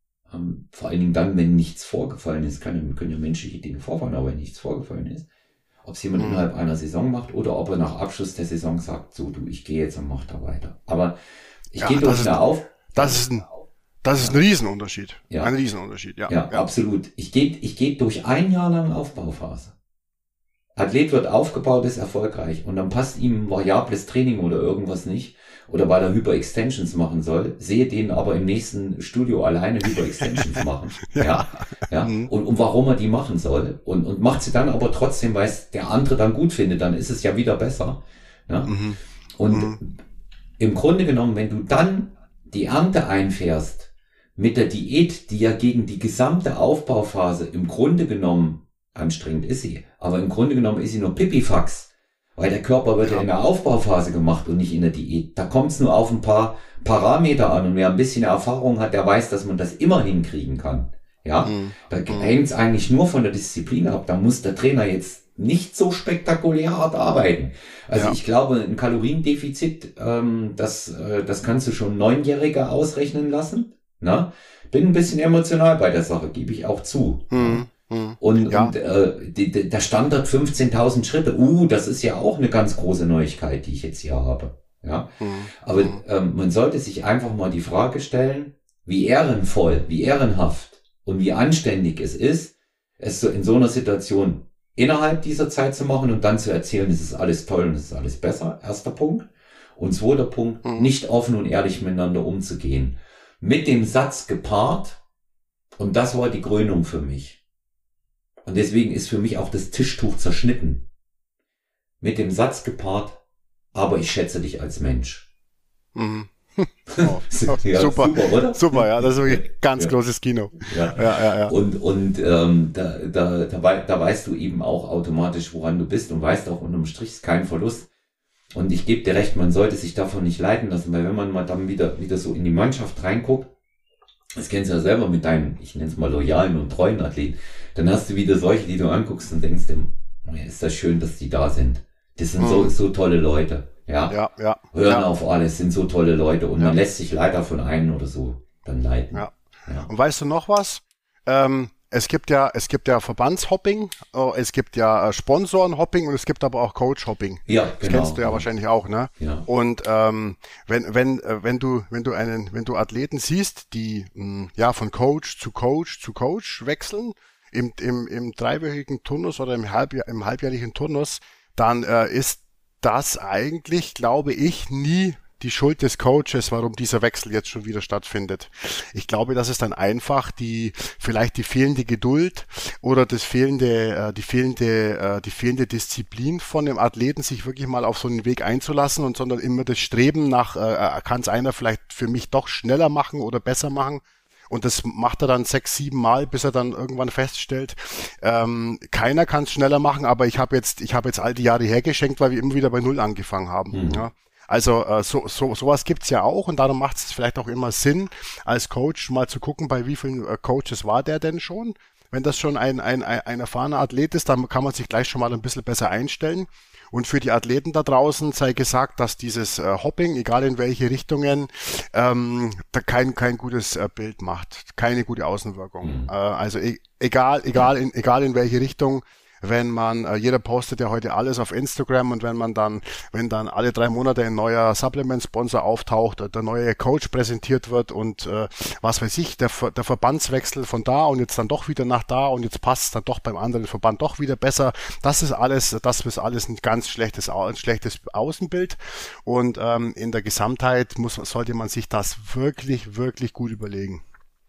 Um, vor allen Dingen dann, wenn nichts vorgefallen ist, kann, können ja menschliche Dinge vorfallen, aber wenn nichts vorgefallen ist, ob es jemand mhm. innerhalb einer Saison macht oder ob er nach Abschluss der Saison sagt, so du, ich gehe jetzt und mach da weiter. Aber ich ja, gehe durch da auf. Das ist ein, das ist ein Riesenunterschied. Ja. Ein Riesenunterschied, ja. Ja, ja. Absolut. Ich gehe ich gehe durch ein Jahr lang Aufbauphase. Athlet wird aufgebaut, ist erfolgreich und dann passt ihm ein variables Training oder irgendwas nicht oder weil er Hyperextensions machen soll, sehe den aber im nächsten Studio alleine Hyperextensions machen. ja. ja, ja. Mhm. Und, und warum er die machen soll und, und macht sie dann aber trotzdem, weil es der andere dann gut findet, dann ist es ja wieder besser. Ja? Mhm. Und mhm. im Grunde genommen, wenn du dann die Ernte einfährst mit der Diät, die ja gegen die gesamte Aufbauphase im Grunde genommen anstrengend ist sie, aber im Grunde genommen ist sie nur Pipifax. Weil der Körper wird ja. ja in der Aufbauphase gemacht und nicht in der Diät. Da kommt es nur auf ein paar Parameter an und wer ein bisschen Erfahrung hat, der weiß, dass man das immer hinkriegen kann. Ja, mhm. da mhm. hängt es eigentlich nur von der Disziplin ab. Da muss der Trainer jetzt nicht so spektakulär hart arbeiten. Also ja. ich glaube, ein Kaloriendefizit, ähm, das, äh, das kannst du schon Neunjährige ausrechnen lassen. Na? Bin ein bisschen emotional bei der Sache, gebe ich auch zu. Mhm. Und, ja. und äh, die, die, der Standard fünfzehntausend Schritte, uh, das ist ja auch eine ganz große Neuigkeit, die ich jetzt hier habe. Ja, mhm. aber ähm, man sollte sich einfach mal die Frage stellen, wie ehrenvoll, wie ehrenhaft und wie anständig es ist, es so in so einer Situation innerhalb dieser Zeit zu machen und dann zu erzählen, es ist alles toll und es ist alles besser. Erster Punkt. Und zweiter Punkt, mhm. nicht offen und ehrlich miteinander umzugehen. Mit dem Satz gepaart, und das war die Krönung für mich. Und deswegen ist für mich auch das Tischtuch zerschnitten. Mit dem Satz gepaart, aber ich schätze dich als Mensch. Mhm. Oh, oh, ja, super, super, oder? super, ja, das ist wirklich ganz Ja. großes Kino. Ja. Ja, ja, ja. Und, und ähm, da, da, da, wei- da weißt du eben auch automatisch, woran du bist und weißt auch unterm Strich ist kein Verlust. Und ich gebe dir recht, man sollte sich davon nicht leiten lassen, weil wenn man mal dann wieder, wieder so in die Mannschaft reinguckt, das kennst du ja selber mit deinen, ich nenne es mal loyalen und treuen Athleten, dann hast du wieder solche, die du anguckst und denkst, oh ja, ist das schön, dass die da sind. Das sind so, Mhm. so tolle Leute. Ja, Ja, ja, hören ja, auf alles, sind so tolle Leute und man ja, lässt sich leider von einem oder so dann leiten. ja. Ja, Und weißt du noch was? Ähm, es gibt ja, es gibt ja Verbandshopping, äh, es gibt ja äh, Sponsorenhopping und es gibt aber auch Coachhopping. ja, Das kennst genau. du ja Ja, wahrscheinlich auch, ne? ja. Und ähm, wenn wenn äh, wenn du wenn du einen wenn du Athleten siehst, die mh, ja von Coach zu Coach zu Coach wechseln im im im dreiwöchigen Turnus oder im Halbjahr im halbjährlichen Turnus, dann äh, ist das eigentlich, glaube ich, nie die Schuld des Coaches, warum dieser Wechsel jetzt schon wieder stattfindet. Ich glaube, das ist dann einfach die, vielleicht die fehlende Geduld oder das fehlende, äh, die fehlende, äh, die fehlende Disziplin von dem Athleten, sich wirklich mal auf so einen Weg einzulassen und sondern immer das Streben nach, äh, kann es einer vielleicht für mich doch schneller machen oder besser machen. Und das macht er dann sechs, sieben Mal, bis er dann irgendwann feststellt, ähm, keiner kann es schneller machen, aber ich habe jetzt, ich habe jetzt all die Jahre hergeschenkt, weil wir immer wieder bei Null angefangen haben. Mhm. Ja. Also äh, so, so sowas gibt's ja auch und darum macht es vielleicht auch immer Sinn, als Coach mal zu gucken, bei wie vielen äh, Coaches war der denn schon. Wenn das schon ein, ein, ein, ein erfahrener Athlet ist, dann kann man sich gleich schon mal ein bisschen besser einstellen. Und für die Athleten da draußen sei gesagt, dass dieses äh, Hopping, egal in welche Richtungen, ähm, da kein kein gutes äh, Bild macht, keine gute Außenwirkung. Mhm. Äh, also e egal egal in egal in welche Richtung, wenn man äh, jeder postet ja heute alles auf Instagram und wenn man dann wenn dann alle drei Monate ein neuer Supplement-Sponsor auftaucht, der neue Coach präsentiert wird und äh, was weiß ich, der, Ver der Verbandswechsel von da und jetzt dann doch wieder nach da und jetzt passt es dann doch beim anderen Verband doch wieder besser. Das ist alles, das ist alles ein ganz schlechtes, ein schlechtes Außenbild und ähm, in der Gesamtheit muss, sollte man sich das wirklich, wirklich gut überlegen.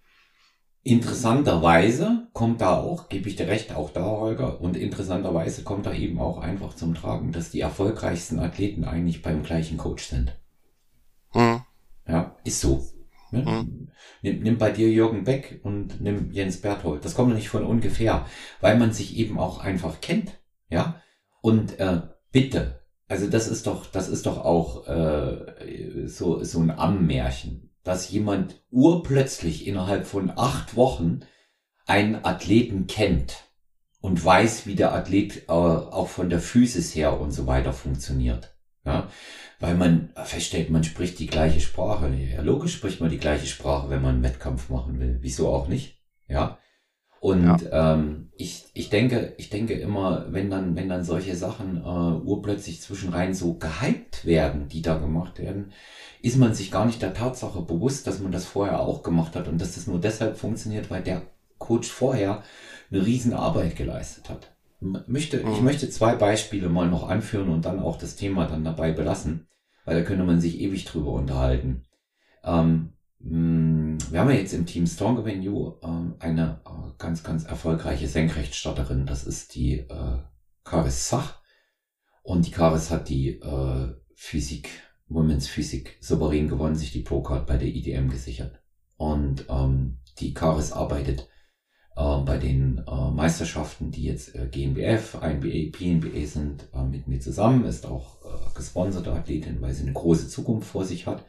Interessanterweise kommt da auch, gebe ich dir recht, auch da, Holger, und interessanterweise kommt da eben auch einfach zum Tragen, dass die erfolgreichsten Athleten eigentlich beim gleichen Coach sind. Hm. Ja, ist so. Ne? Hm. Nimm, nimm bei dir Jürgen Beck und nimm Jens Berthold. Das kommt nicht von ungefähr, weil man sich eben auch einfach kennt. Ja, und äh, bitte, also das ist doch, das ist doch auch äh, so so ein Ammärchen, dass jemand urplötzlich innerhalb von acht Wochen einen Athleten kennt und weiß, wie der Athlet äh, auch von der Physis her und so weiter funktioniert. Ja, weil man feststellt, man spricht die gleiche Sprache. Ja, logisch spricht man die gleiche Sprache, wenn man einen Wettkampf machen will. Wieso auch nicht? Ja. Und ja. ähm, ich, ich denke, ich denke immer, wenn dann, wenn dann solche Sachen äh, urplötzlich zwischenrein so gehypt werden, die da gemacht werden, ist man sich gar nicht der Tatsache bewusst, dass man das vorher auch gemacht hat und dass das nur deshalb funktioniert, weil der Coach vorher eine riesen Arbeit geleistet hat. Möchte, mhm. Ich möchte zwei Beispiele mal noch anführen und dann auch das Thema dann dabei belassen, weil da könnte man sich ewig drüber unterhalten. Ähm, Wir haben ja jetzt im Team Stronger Than You äh, eine äh, ganz, ganz erfolgreiche Senkrechtstarterin. Das ist die äh, Karis Zach. Und die Karis hat die äh, Physik, Women's Physik souverän gewonnen, sich die Pro-Card bei der I D M gesichert. Und ähm, die Karis arbeitet äh, bei den äh, Meisterschaften, die jetzt äh, G N B F, I N B A, P N B A sind, äh, mit mir zusammen, ist auch äh, gesponserte Athletin, weil sie eine große Zukunft vor sich hat.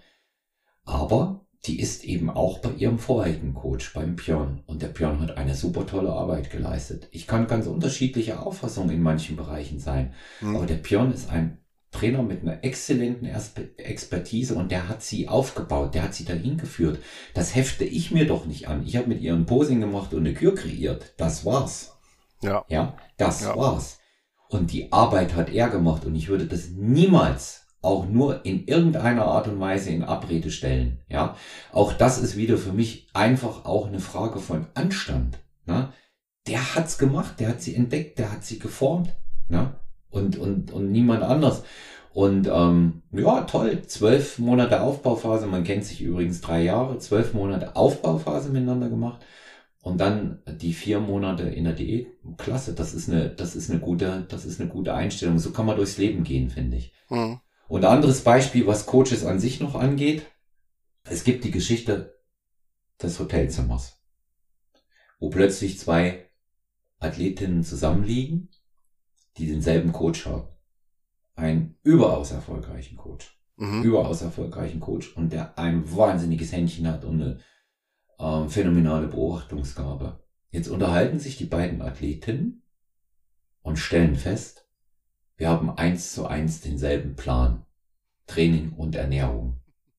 Aber die ist eben auch bei ihrem vorherigen Coach, beim Björn. Und der Björn hat eine super tolle Arbeit geleistet. Ich kann ganz unterschiedliche Auffassungen in manchen Bereichen sein. Mhm. Aber der Björn ist ein Trainer mit einer exzellenten Expertise und der hat sie aufgebaut, der hat sie dahin geführt. Das hefte ich mir doch nicht an. Ich habe mit ihr ein Posing gemacht und eine Kür kreiert. Das war's. Ja. Ja, das ja. war's. Und die Arbeit hat er gemacht und ich würde das niemals auch nur in irgendeiner Art und Weise in Abrede stellen. Ja, auch das ist wieder für mich einfach auch eine Frage von Anstand. Ne? Der hat's gemacht, der hat sie entdeckt, der hat sie geformt. Ne? Und, und, und niemand anders. Und ähm, ja, toll, zwölf Monate Aufbauphase, man kennt sich übrigens drei Jahre, zwölf Monate Aufbauphase miteinander gemacht. Und dann die vier Monate in der Diät. Klasse, das ist eine, das ist eine gute, das ist eine gute Einstellung. So kann man durchs Leben gehen, finde ich. Mhm. Und anderes Beispiel, was Coaches an sich noch angeht, Es gibt die Geschichte des Hotelzimmers, wo plötzlich zwei Athletinnen zusammenliegen, die denselben Coach haben. Einen überaus erfolgreichen Coach. Mhm. Überaus erfolgreichen Coach und der ein wahnsinniges Händchen hat und eine ähm, phänomenale Beobachtungsgabe. Jetzt unterhalten sich die beiden Athletinnen und stellen fest, wir haben eins zu eins denselben Plan. Training und Ernährung.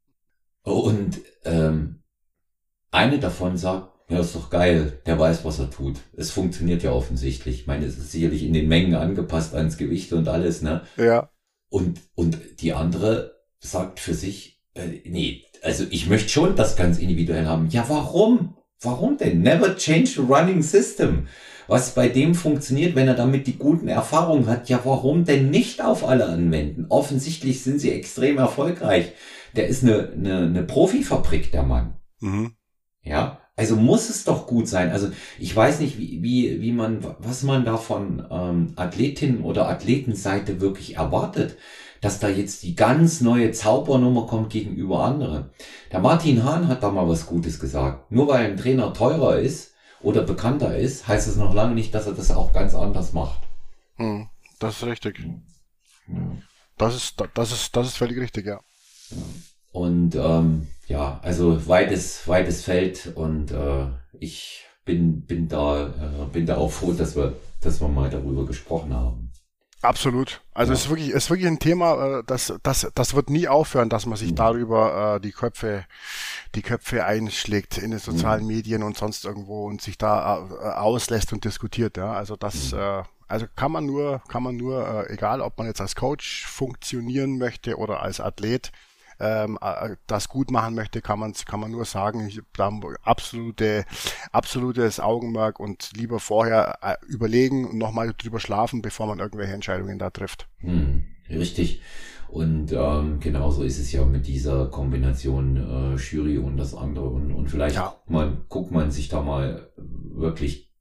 Und ähm, eine davon sagt, ja, ist doch geil, der weiß, was er tut. Es funktioniert ja offensichtlich. Ich meine, es ist sicherlich in den Mengen angepasst ans Gewicht und alles, ne? Ja. Und, und die andere sagt für sich, äh, nee, also ich möchte schon das ganz individuell haben. Ja, warum? Warum denn? Never change the running system. Was bei dem funktioniert, wenn er damit die guten Erfahrungen hat, ja, warum denn nicht auf alle anwenden? Offensichtlich sind sie extrem erfolgreich. Der ist eine, eine, eine Profifabrik, der Mann. Mhm. Ja, also muss es doch gut sein. Also ich weiß nicht, wie, wie, wie man, was man da von ähm, Athletinnen oder Athletenseite wirklich erwartet, dass da jetzt die ganz neue Zaubernummer kommt gegenüber anderen. Der Martin Hahn hat da mal was Gutes gesagt. Nur weil ein Trainer teurer ist oder bekannter ist, heißt es noch lange nicht, dass er das auch ganz anders macht. Hm, das ist richtig. Ja. Das ist, das ist, das ist völlig richtig, ja. Ja. Und ähm, ja, also weites, weites Feld und äh, ich bin, bin da, äh, bin da auch froh, dass wir, dass wir mal darüber gesprochen haben. Absolut. Also ja. es ist wirklich, es ist wirklich ein Thema, das, das, das wird nie aufhören, dass man sich mhm. darüber äh, die Köpfe, die Köpfe einschlägt in den sozialen mhm. Medien und sonst irgendwo und sich da äh, auslässt und diskutiert. Ja, also das, mhm. äh, also kann man nur, kann man nur, äh, egal, ob man jetzt als Coach funktionieren möchte oder als Athlet, ähm, das gut machen möchte, kann man, kann man nur sagen, ich habe absolute, absolutes Augenmerk und lieber vorher äh, überlegen und nochmal drüber schlafen, bevor man irgendwelche Entscheidungen da trifft. Hm, richtig. Und ähm, genauso ist es ja mit dieser Kombination äh, Jury und das andere. Und, und vielleicht ja. guckt, man, guckt man sich da mal wirklich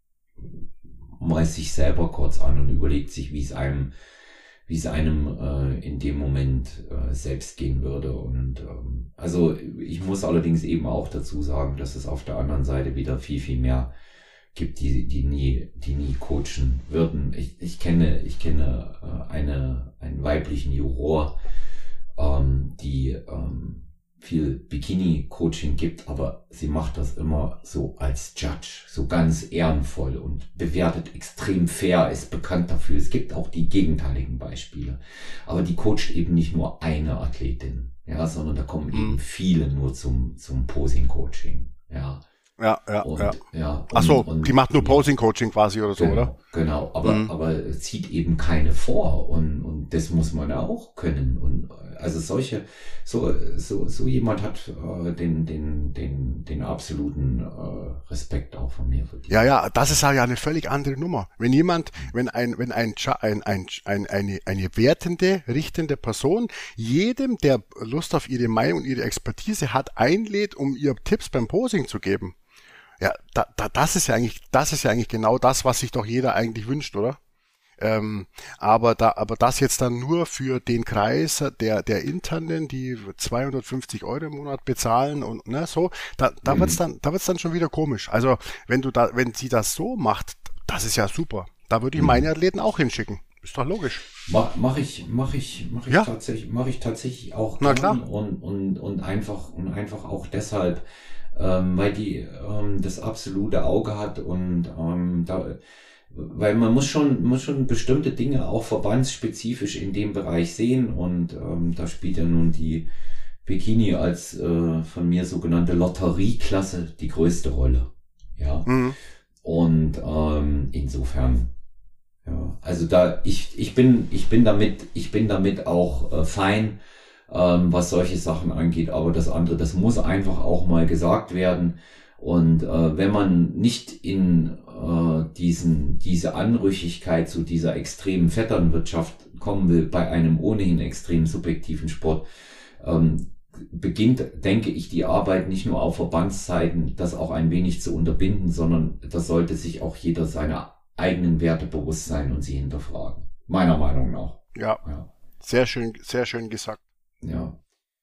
mal sich selber kurz an und überlegt sich, wie es einem wie es einem äh, in dem Moment äh, selbst gehen würde. Und ähm, also ich muss allerdings eben auch dazu sagen, dass es auf der anderen Seite wieder viel, viel mehr gibt, die, die nie, die nie coachen würden. Ich, ich kenne, ich kenne äh, eine, einen weiblichen Juror, ähm, die ähm, viel Bikini-Coaching gibt, aber sie macht das immer so als Judge, so ganz ehrenvoll und bewertet extrem fair, ist bekannt dafür. Es gibt auch die gegenteiligen Beispiele. Aber die coacht eben nicht nur eine Athletin, ja, sondern da kommen mhm. eben viele nur zum, zum Posing-Coaching, ja. Ja, ja, und, ja. ja Ach so, und, die macht nur Posing-Coaching quasi oder so, genau, oder? Genau, aber, mhm. aber zieht eben keine vor und, und das muss man auch können und also solche, so, so, so jemand hat äh, den, den, den, den absoluten äh, Respekt auch von mir verdient. Ja, ja, das ist ja eine völlig andere Nummer. Wenn jemand, wenn ein, wenn ein, ein, ein, ein eine, eine wertende, richtende Person jedem, der Lust auf ihre Meinung und ihre Expertise hat, einlädt, um ihr Tipps beim Posing zu geben. Ja, da, da, das ist ja eigentlich, das ist ja eigentlich genau das, was sich doch jeder eigentlich wünscht, oder? Ähm, aber da, aber das jetzt dann nur für den Kreis der, der Internen, die zweihundertfünfzig Euro im Monat bezahlen und, ne, so, da, da Mhm. wird's dann, da wird's dann schon wieder komisch. Also, wenn du da, wenn sie das so macht, das ist ja super. Da würde ich Mhm. meine Athleten auch hinschicken. Ist doch logisch. Mach, mach ich, mach ich, mach ich Ja. tatsächlich, mach ich tatsächlich auch Na gern klar. und, und, und einfach, und einfach auch deshalb, ähm, weil die, ähm, das absolute Auge hat und, ähm, da, weil man muss schon, muss schon bestimmte Dinge auch verbandsspezifisch in dem Bereich sehen und, ähm, da spielt ja nun die Bikini als, äh, von mir sogenannte Lotterieklasse die größte Rolle. Ja. Mhm. Und, ähm, insofern, ja, also da, ich, ich bin, ich bin damit, ich bin damit auch äh, fein, ähm, was solche Sachen angeht, aber das andere, das muss einfach auch mal gesagt werden. Und äh, wenn man nicht in äh, diesen, diese Anrüchigkeit zu dieser extremen Vetternwirtschaft kommen will, bei einem ohnehin extrem subjektiven Sport, ähm, beginnt, denke ich, die Arbeit nicht nur auf Verbandszeiten, das auch ein wenig zu unterbinden, sondern das sollte sich auch jeder seiner eigenen Werte bewusst sein und sie hinterfragen. Meiner Meinung nach. Ja. Ja. Sehr schön, sehr schön gesagt. Ja.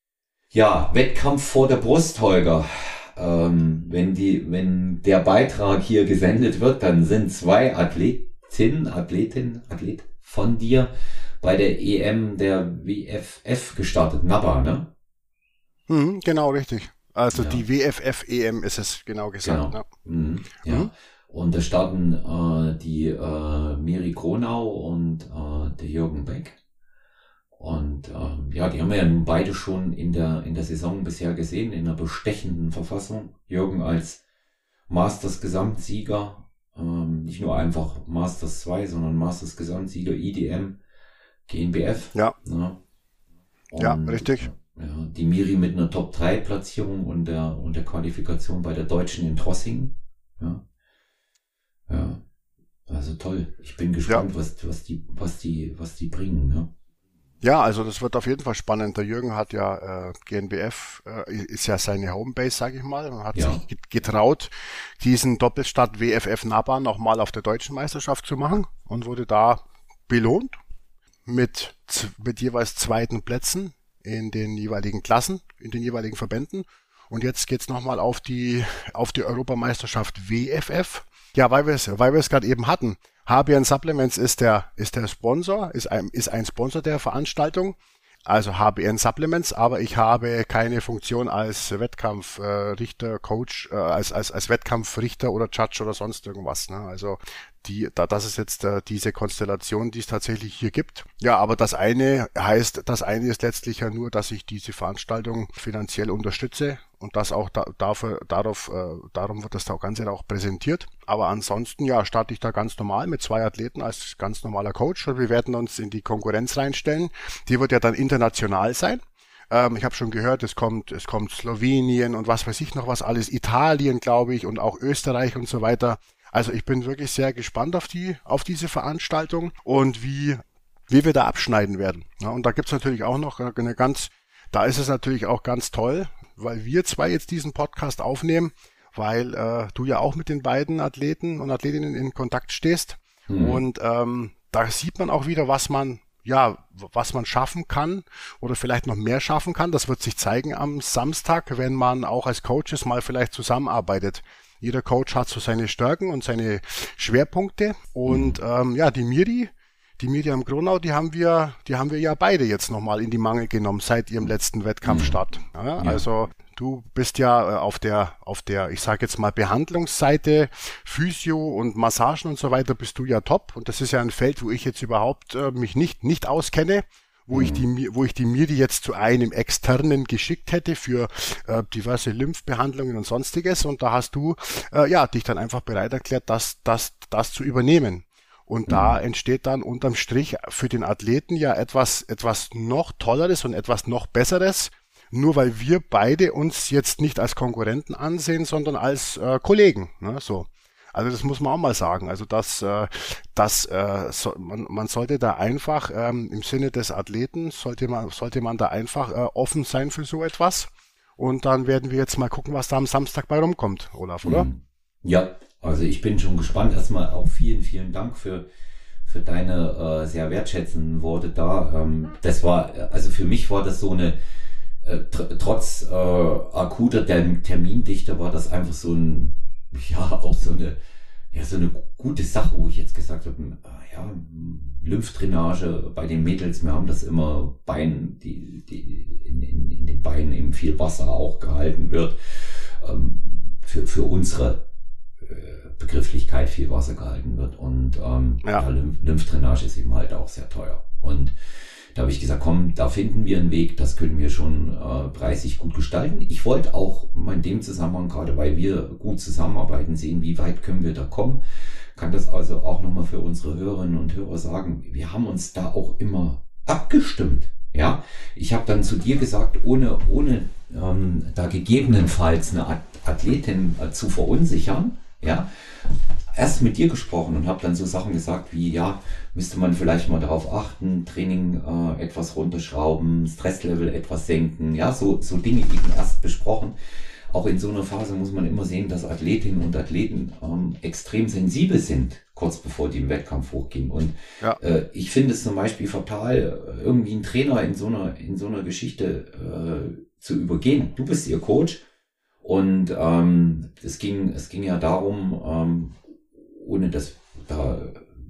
Ja, Wettkampf vor der Brust, Holger. Ähm, wenn die, wenn der Beitrag hier gesendet wird, dann sind zwei Athletinnen, Athletin, Athlet von dir bei der E M der W F F gestartet. NABBA, ne? Mhm, genau, richtig. Also Ja, die W F F-E M ist es genau gesagt. genau. Ne? Mhm, Mhm. ja. Und da starten äh, die äh, Miri Kronau und äh, der Jürgen Beck. Und ähm, ja, die haben wir ja nun beide schon in der in der Saison bisher gesehen, in einer bestechenden Verfassung. Jürgen als Masters Gesamtsieger, ähm, nicht nur einfach Masters zwei, sondern Masters Gesamtsieger I D M, G N B F. Ja, Ne? ja, Und richtig. äh, ja, die Miri mit einer Top drei Platzierung und der und der Qualifikation bei der Deutschen in Trossingen. Ja, ja, also toll. Ich bin Ja. gespannt, was was die was die was die bringen. Ne? Ja, also das wird auf jeden Fall spannend. Der Jürgen hat ja äh, G N B F, äh, ist ja seine Homebase, sage ich mal, und hat Ja. sich getraut, diesen Doppelstart W F F NABBA nochmal auf der deutschen Meisterschaft zu machen und wurde da belohnt mit, mit jeweils zweiten Plätzen in den jeweiligen Klassen, in den jeweiligen Verbänden. Und jetzt geht's nochmal auf die, auf die Europameisterschaft W F F. Ja, weil wir es, weil wir es gerade eben hatten. H B N Supplements ist der, ist der Sponsor, ist ein, ist ein Sponsor der Veranstaltung. Also H B N Supplements, aber ich habe keine Funktion als Wettkampfrichter, äh, Richter, Coach, äh, als, als, als Wettkampfrichter oder Judge oder sonst irgendwas. Ne? Also die, da, das ist jetzt äh, diese Konstellation, die es tatsächlich hier gibt. Ja, aber das eine heißt, das eine ist letztlich ja nur, dass ich diese Veranstaltung finanziell unterstütze und das auch da, dafür, darauf, äh, darum wird das da Ganze auch präsentiert. Aber ansonsten, ja, starte ich da ganz normal mit zwei Athleten als ganz normaler Coach und wir werden uns in die Konkurrenz reinstellen. Die wird ja dann international sein. Ähm, ich habe schon gehört, es kommt, es kommt Slowenien und was weiß ich noch was alles, Italien, glaube ich, und auch Österreich und so weiter. Also ich bin wirklich sehr gespannt auf die, auf diese Veranstaltung und wie, wie wir da abschneiden werden. Ja, und da gibt's natürlich auch noch eine ganz, da ist es natürlich auch ganz toll, weil wir zwei jetzt diesen Podcast aufnehmen, weil äh, du ja auch mit den beiden Athleten und Athletinnen in Kontakt stehst. Hm. Und ähm, da sieht man auch wieder, was man, ja, was man schaffen kann oder vielleicht noch mehr schaffen kann. Das wird sich zeigen am Samstag, wenn man auch als Coaches mal vielleicht zusammenarbeitet. Jeder Coach hat so seine Stärken und seine Schwerpunkte. Und ähm, ja, die Miri, die Miriam Gronau, die haben wir, die haben wir ja beide jetzt nochmal in die Mangel genommen seit ihrem letzten Wettkampfstart. Ja, Ja. also du bist ja äh, auf der, auf der, ich sage jetzt mal Behandlungsseite, Physio und Massagen und so weiter, bist du ja top. Und das ist ja ein Feld, wo ich jetzt überhaupt äh, mich nicht nicht auskenne, wo ich die, wo ich die Miri jetzt zu einem externen geschickt hätte für äh, diverse Lymphbehandlungen und sonstiges. Und da hast du äh, ja dich dann einfach bereit erklärt, das, das, das zu übernehmen. Und da entsteht dann unterm Strich für den Athleten ja etwas, etwas noch Tolleres und etwas noch Besseres, nur weil wir beide uns jetzt nicht als Konkurrenten ansehen, sondern als äh, Kollegen. Ne? So. Also das muss man auch mal sagen. Also das, äh, das, äh, so, man, man sollte da einfach ähm, im Sinne des Athleten sollte man, sollte man da einfach äh, offen sein für so etwas. Und dann werden wir jetzt mal gucken, was da am Samstag bei rumkommt, Olaf, oder? Hm. Ja, also ich bin schon gespannt. Erstmal auch vielen, vielen Dank für, für deine äh, sehr wertschätzenden Worte da. Ähm, das war, also für mich war das so eine, äh, tr trotz äh, akuter Term Termindichte war das einfach so ein, ja, auch so eine, ja, so eine gute Sache, wo ich jetzt gesagt habe, äh, ja, Lymphdrainage bei den Mädels, wir haben das immer Bein, die, die in, in, in den Beinen eben viel Wasser auch gehalten wird. Ähm, für, für unsere Begrifflichkeit viel Wasser gehalten wird und ähm, Ja. ja, Lymph Lymphdrainage ist eben halt auch sehr teuer. Und da habe ich gesagt, komm, da finden wir einen Weg, das können wir schon äh, preislich gut gestalten. Ich wollte auch in dem Zusammenhang, gerade weil wir gut zusammenarbeiten, sehen, wie weit können wir da kommen. Kann das also auch nochmal für unsere Hörerinnen und Hörer sagen, wir haben uns da auch immer abgestimmt. Ja, ich habe dann zu dir gesagt, ohne, ohne ähm, da gegebenenfalls eine Athletin äh, zu verunsichern, ja, erst mit dir gesprochen und habe dann so Sachen gesagt wie, ja, müsste man vielleicht mal darauf achten, Training äh, etwas runterschrauben, Stresslevel etwas senken, ja, so, so Dinge eben erst besprochen. Auch in so einer Phase muss man immer sehen, dass Athletinnen und Athleten ähm, extrem sensibel sind, kurz bevor die im Wettkampf hochging. Und Ja. äh, ich finde es zum Beispiel fatal, irgendwie einen Trainer in so einer, in so einer Geschichte äh, zu übergehen. Du bist ihr Coach und ähm, es ging, es ging ja darum, ähm, ohne dass da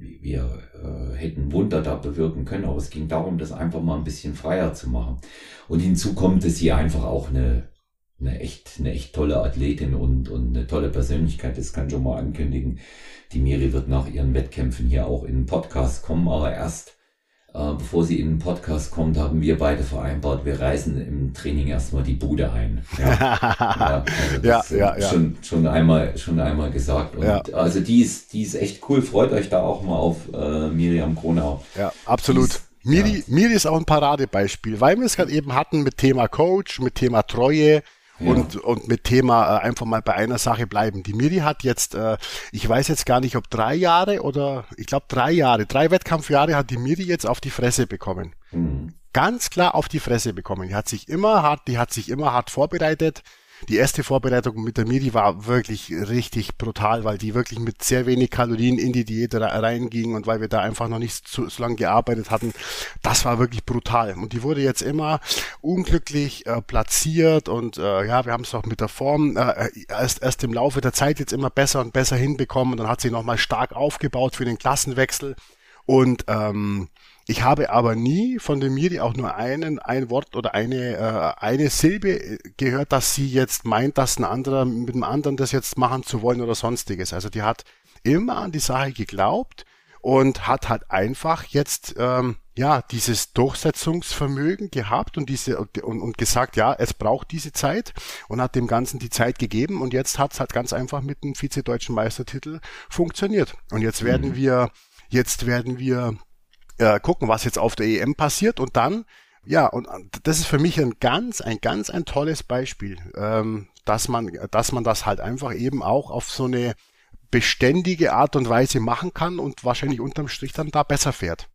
wir äh, hätten Wunder da bewirken können, aber es ging darum, das einfach mal ein bisschen freier zu machen. Und hinzu kommt, dass sie einfach auch eine eine echt, eine echt tolle Athletin und, und eine tolle Persönlichkeit, das kann ich schon mal ankündigen. Die Miri wird nach ihren Wettkämpfen hier auch in den Podcast kommen, aber erst, äh, bevor sie in den Podcast kommt, haben wir beide vereinbart, wir reißen im Training erstmal die Bude ein. Ja, ja, also das, ja, ja, ja. Schon, schon einmal, schon einmal gesagt. Und Ja. also die ist, die ist echt cool. Freut euch da auch mal auf äh, Miriam Kronau. Ja, absolut. Dies, Miri, ja. Miri ist auch ein Paradebeispiel, weil wir es gerade eben hatten mit Thema Coach, mit Thema Treue. Ja. Und, und mit Thema äh, einfach mal bei einer Sache bleiben. Die Miri hat jetzt, äh, ich weiß jetzt gar nicht, ob drei Jahre oder, ich glaube drei Jahre, drei Wettkampfjahre hat die Miri jetzt auf die Fresse bekommen. Mhm. Ganz klar auf die Fresse bekommen. Die hat sich immer hart, die hat sich immer hart vorbereitet. Die erste Vorbereitung mit der Miri war wirklich richtig brutal, weil die wirklich mit sehr wenig Kalorien in die Diät reinging und weil wir da einfach noch nicht so, so lange gearbeitet hatten. Das war wirklich brutal. Und die wurde jetzt immer unglücklich äh, platziert und äh, ja, wir haben es auch mit der Form äh, erst, erst im Laufe der Zeit jetzt immer besser und besser hinbekommen. Und dann hat sie nochmal stark aufgebaut für den Klassenwechsel. Und ähm, ich habe aber nie von der Miri auch nur einen, ein Wort oder eine, äh, eine Silbe gehört, dass sie jetzt meint, dass ein anderer mit dem anderen das jetzt machen zu wollen oder sonstiges. Also die hat immer an die Sache geglaubt und hat halt einfach jetzt ähm, ja dieses Durchsetzungsvermögen gehabt und diese und, und gesagt, ja, es braucht diese Zeit und hat dem Ganzen die Zeit gegeben und jetzt hat es halt ganz einfach mit dem Vize-Deutschen Meistertitel funktioniert. Und jetzt werden Mhm. wir, jetzt werden wir Äh, gucken, was jetzt auf der E M passiert und dann, ja, und das ist für mich ein ganz, ein ganz, ein tolles Beispiel, ähm, dass man, dass man das halt einfach eben auch auf so eine beständige Art und Weise machen kann und wahrscheinlich unterm Strich dann da besser fährt.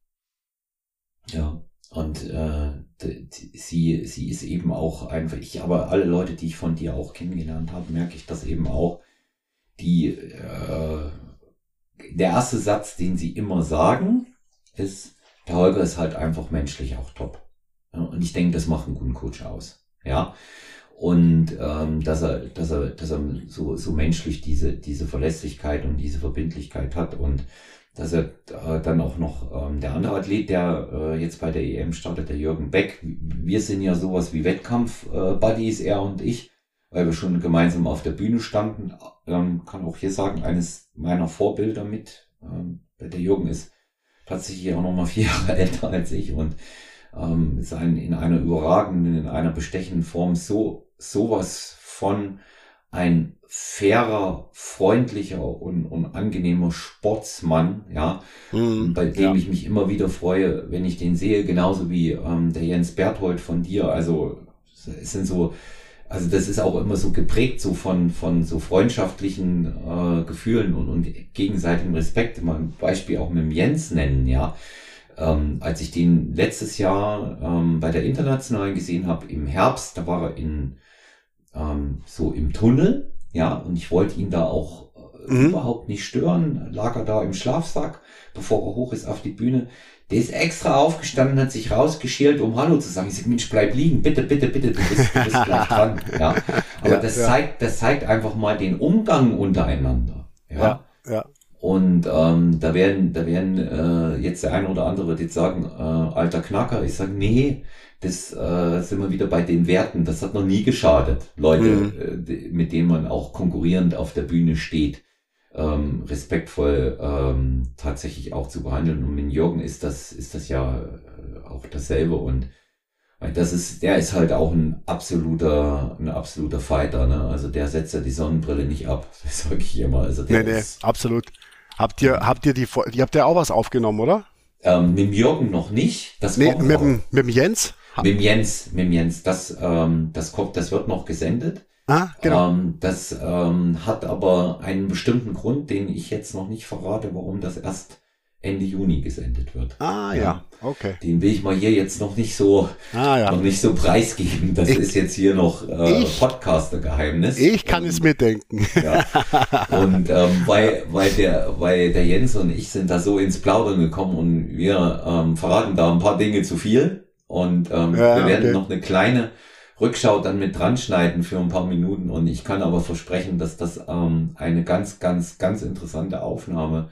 Ja, und äh, d- d- sie, sie ist eben auch einfach, ich, aber alle Leute, die ich von dir auch kennengelernt habe, merke ich das eben auch, die, äh, der erste Satz, den sie immer sagen, ist, der Holger ist halt einfach menschlich auch top. Ja, und ich denke, das macht einen guten Coach aus. Ja. Und ähm, dass er, dass er, dass er so, so menschlich diese, diese Verlässlichkeit und diese Verbindlichkeit hat und dass er äh, dann auch noch ähm, der andere Athlet, der äh, jetzt bei der E M startet, der Jürgen Beck, wir sind ja sowas wie Wettkampf-Buddies, er und ich, weil wir schon gemeinsam auf der Bühne standen. Ähm, kann auch hier sagen, eines meiner Vorbilder mit, ähm, der Jürgen ist tatsächlich auch noch mal vier Jahre älter als ich und ähm, ist ein, in einer überragenden, in einer bestechenden Form so sowas von ein fairer, freundlicher und, und angenehmer Sportsmann, ja, Mhm, bei dem ja. ich mich immer wieder freue, wenn ich den sehe, genauso wie ähm, der Jens Berthold von dir. Also es sind so, also das ist auch immer so geprägt so von von so freundschaftlichen äh, Gefühlen und, und gegenseitigem Respekt. Mal ein Beispiel auch mit dem Jens nennen, ja. Ähm, als ich den letztes Jahr ähm, bei der Internationalen gesehen habe im Herbst, da war er in ähm, so im Tunnel, ja, und ich wollte ihn da auch äh, Mhm. überhaupt nicht stören, lag er da im Schlafsack, bevor er hoch ist auf die Bühne. Der ist extra aufgestanden, hat sich rausgeschält, um Hallo zu sagen. Ich sag, Mensch, bleib liegen, bitte, bitte, bitte, du bist, du bist gleich dran. Ja. Aber Ja, das ja. zeigt, das zeigt einfach mal den Umgang untereinander. Ja. Ja, ja. Und ähm, da werden, da werden äh, jetzt der eine oder andere wird jetzt sagen, äh, alter Knacker. Ich sage, nee, das äh, sind wir wieder bei den Werten. Das hat noch nie geschadet, Leute, Mhm. äh, die- mit denen man auch konkurrierend auf der Bühne steht, ähm, respektvoll ähm, tatsächlich auch zu behandeln. Und mit Jürgen ist das, ist das ja äh, auch dasselbe. Und weil das ist, der ist halt auch ein absoluter, ein absoluter Fighter. Ne? Also der setzt ja die Sonnenbrille nicht ab. Das sage ich immer. Also der Nee, nee, ist absolut. Habt ihr, habt ihr die, Fo- die habt ihr auch was aufgenommen, oder? Ähm, mit dem Jürgen noch nicht. Das Nee, kommt mit noch. dem, mit dem Jens? Ha- Mit dem Jens, mit dem Jens. Das, ähm, das kommt, das wird noch gesendet. Ah, genau. Ähm, das ähm, hat aber einen bestimmten Grund, den ich jetzt noch nicht verrate, warum das erst Ende Juni gesendet wird. Ah ja, ja. Okay. Den will ich mal hier jetzt noch nicht so ah, ja. noch nicht so preisgeben. Das ich, ist jetzt hier noch äh, Podcaster-Geheimnis. Ich kann und, es mir denken. Ja. Und ähm, weil weil der weil der Jens und ich sind da so ins Plaudern gekommen und wir ähm, verraten da ein paar Dinge zu viel und ähm, ja, wir werden okay. noch eine kleine Rückschau dann mit dran schneiden für ein paar Minuten und ich kann aber versprechen, dass das ähm, eine ganz ganz ganz interessante Aufnahme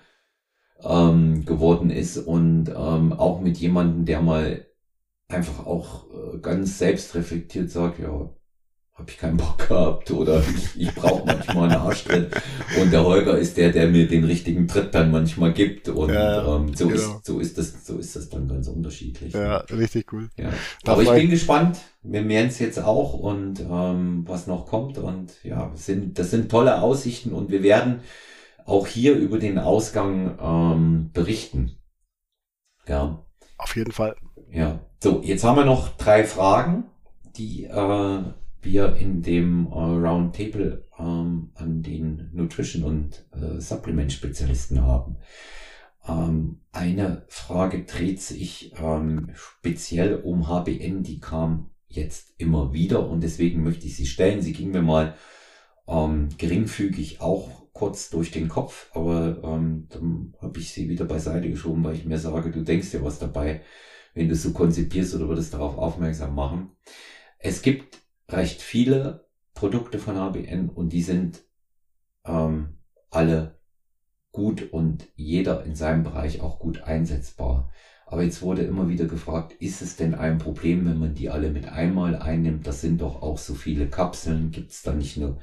Ähm, geworden ist und ähm, auch mit jemandem, der mal einfach auch äh, ganz selbstreflektiert sagt, ja, habe ich keinen Bock gehabt oder ich, ich brauche manchmal einen Arschtritt und der Holger ist der, der mir den richtigen Tritt dann manchmal gibt und ja, ähm, so genau. ist so ist das so ist das dann ganz unterschiedlich. Ja, richtig cool. Ja. Aber ich bin gespannt. Wir mehren es jetzt auch und ähm, was noch kommt und ja, sind das sind tolle Aussichten und wir werden auch hier über den Ausgang ähm, berichten. Ja. Auf jeden Fall. Ja. So, jetzt haben wir noch drei Fragen, die äh, wir in dem äh, Roundtable ähm, an den Nutrition- und äh, Supplement-Spezialisten haben. Ähm, eine Frage dreht sich ähm, speziell um H B N, die kam jetzt immer wieder und deswegen möchte ich sie stellen. Sie ging mir mal ähm, geringfügig auch kurz durch den Kopf, aber ähm, dann habe ich sie wieder beiseite geschoben, weil ich mir sage, du denkst dir was dabei, wenn du es so konzipierst oder würdest darauf aufmerksam machen. Es gibt recht viele Produkte von H B N und die sind ähm, alle gut und jeder in seinem Bereich auch gut einsetzbar. Aber jetzt wurde immer wieder gefragt, ist es denn ein Problem, wenn man die alle mit einmal einnimmt? Das sind doch auch so viele Kapseln, gibt es da nicht eine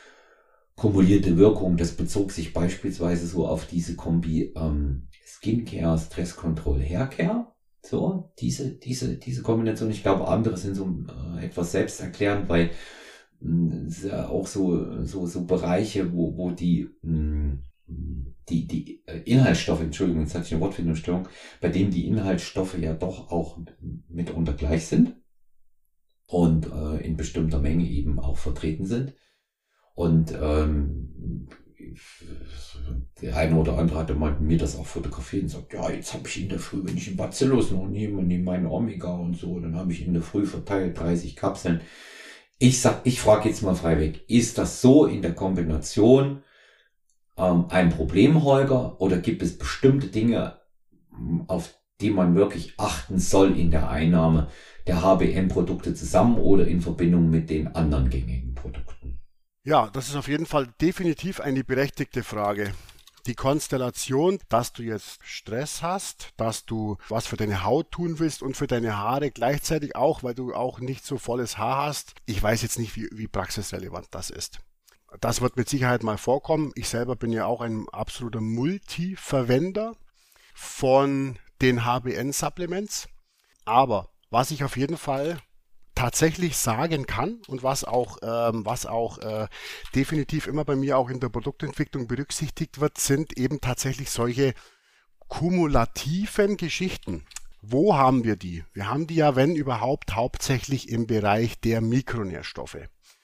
kumulierte Wirkung? Das bezog sich beispielsweise so auf diese Kombi ähm, Skincare, Stress Control, Haircare. So, diese, diese, diese Kombination. Ich glaube, andere sind so äh, etwas selbsterklärend, weil es ja auch so, so, so Bereiche, wo, wo die, mh, die, die Inhaltsstoffe, Entschuldigung, jetzt hatte ich eine Wortfindungsstörung, bei denen die Inhaltsstoffe ja doch auch mitunter gleich sind und äh, in bestimmter Menge eben auch vertreten sind. Und ähm, der eine oder andere hatte mal mir das auch fotografiert und sagt, ja, jetzt habe ich in der Früh, wenn ich einen Bacillus noch nehme und nehme meinen Omega und so, dann habe ich in der Früh verteilt dreißig Kapseln. Ich sag, ich frage jetzt mal freiweg, ist das so in der Kombination ähm, ein Problem, Holger, oder gibt es bestimmte Dinge, auf die man wirklich achten soll in der Einnahme der H B N-Produkte zusammen oder in Verbindung mit den anderen gängigen Produkten? Ja, das ist auf jeden Fall definitiv eine berechtigte Frage. Die Konstellation, dass du jetzt Stress hast, dass du was für deine Haut tun willst und für deine Haare gleichzeitig auch, weil du auch nicht so volles Haar hast. Ich weiß jetzt nicht, wie, wie praxisrelevant das ist. Das wird mit Sicherheit mal vorkommen. Ich selber bin ja auch ein absoluter Multi-Verwender von den H B N-Supplements. Aber was ich auf jeden Fall tatsächlich sagen kann und was auch, ähm, was auch äh, definitiv immer bei mir auch in der Produktentwicklung berücksichtigt wird, sind eben tatsächlich solche kumulativen Geschichten. Wo haben wir die? Wir haben die ja, wenn überhaupt, hauptsächlich im Bereich der Mikronährstoffe.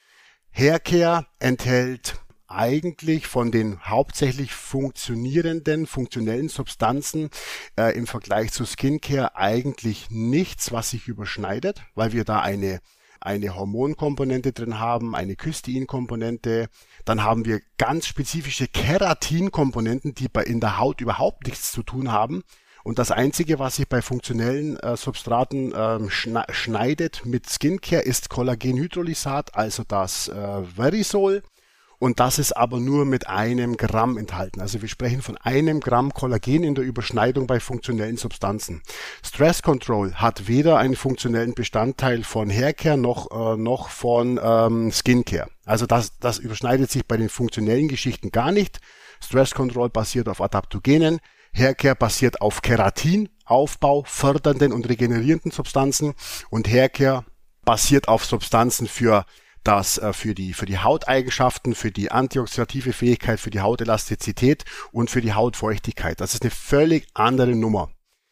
Haircare enthält eigentlich von den hauptsächlich funktionierenden, funktionellen Substanzen äh, im Vergleich zu Skincare eigentlich nichts, was sich überschneidet, weil wir da eine, eine Hormonkomponente drin haben, eine Cysteinkomponente, dann haben wir ganz spezifische Keratinkomponenten, die bei in der Haut überhaupt nichts zu tun haben. Und das Einzige, was sich bei funktionellen äh, Substraten ähm, schneidet mit Skincare, ist Kollagenhydrolysat, also das äh, Verisol. Und das ist aber nur mit einem Gramm enthalten. Also wir sprechen von einem Gramm Kollagen in der Überschneidung bei funktionellen Substanzen. Stress Control hat weder einen funktionellen Bestandteil von Haircare noch, äh, noch von ähm, Skincare. Also das, das überschneidet sich bei den funktionellen Geschichten gar nicht. Stress Control basiert auf Adaptogenen. Haircare basiert auf Keratin, Aufbau, fördernden und regenerierenden Substanzen. Und Haircare basiert auf Substanzen für das äh, für die für die Hauteigenschaften, für die antioxidative Fähigkeit, für die Hautelastizität und für die Hautfeuchtigkeit. Das ist eine völlig andere Nummer.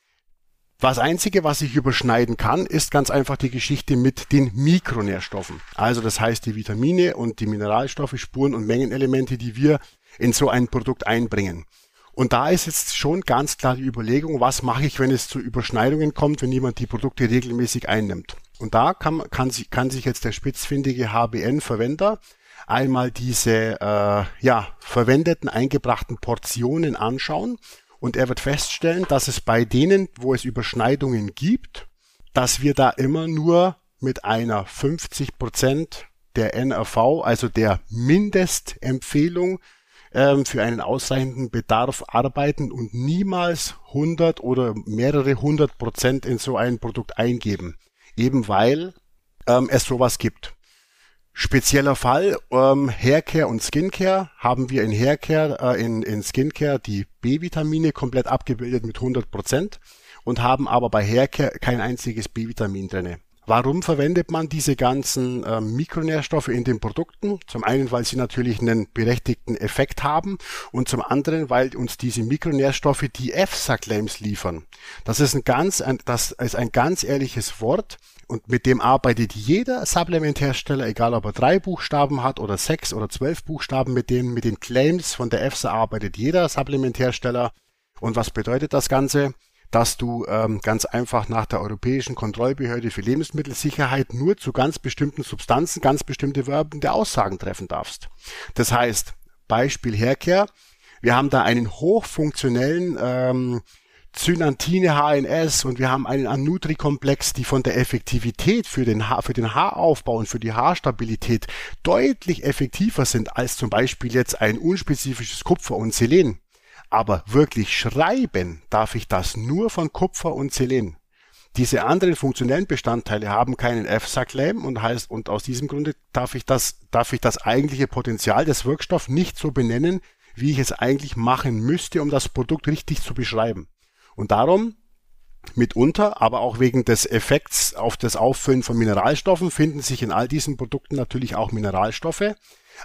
Das Einzige, was sich überschneiden kann, ist ganz einfach die Geschichte mit den Mikronährstoffen. Also das heißt die Vitamine und die Mineralstoffe, Spuren und Mengenelemente, die wir in so ein Produkt einbringen. Und da ist jetzt schon ganz klar die Überlegung, was mache ich, wenn es zu Überschneidungen kommt, wenn jemand die Produkte regelmäßig einnimmt. Und da kann, kann, kann sich jetzt der spitzfindige H B N-Verwender einmal diese äh, ja, verwendeten, eingebrachten Portionen anschauen und er wird feststellen, dass es bei denen, wo es Überschneidungen gibt, dass wir da immer nur mit einer fünfzig Prozent der N R V, also der Mindestempfehlung ähm, für einen ausreichenden Bedarf arbeiten und niemals hundert oder mehrere hundert Prozent in so ein Produkt eingeben, eben weil ähm, es sowas gibt. Spezieller Fall, ähm, Haircare und Skincare, haben wir in Haircare, äh, in, in Skincare die B-Vitamine komplett abgebildet mit hundert Prozent und haben aber bei Haircare kein einziges B-Vitamin drinne. Warum verwendet man diese ganzen äh, Mikronährstoffe in den Produkten? Zum einen, weil sie natürlich einen berechtigten Effekt haben und zum anderen, weil uns diese Mikronährstoffe die E F S A-Claims liefern. Das ist ein ganz, ein, das ist ein ganz ehrliches Wort und mit dem arbeitet jeder Supplementhersteller, egal ob er drei Buchstaben hat oder sechs oder zwölf Buchstaben, mit denen, mit den Claims von der E F S A arbeitet jeder Supplementhersteller. Und was bedeutet das Ganze? Dass du ähm, ganz einfach nach der Europäischen Kontrollbehörde für Lebensmittelsicherheit nur zu ganz bestimmten Substanzen ganz bestimmte werbende Aussagen treffen darfst. Das heißt, Beispiel Haircare, wir haben da einen hochfunktionellen ähm, Cynantine H N S und wir haben einen Anutri-Komplex, die von der Effektivität für den, ha- für den Haaraufbau und für die Haarstabilität deutlich effektiver sind als zum Beispiel jetzt ein unspezifisches Kupfer und Selen. Aber wirklich schreiben darf ich das nur von Kupfer und Selen. Diese anderen funktionellen Bestandteile haben keinen E F S A-Claim und heißt, und aus diesem Grunde darf ich das, darf ich das eigentliche Potenzial des Wirkstoffs nicht so benennen, wie ich es eigentlich machen müsste, um das Produkt richtig zu beschreiben. Und darum, mitunter, aber auch wegen des Effekts auf das Auffüllen von Mineralstoffen, finden sich in all diesen Produkten natürlich auch Mineralstoffe.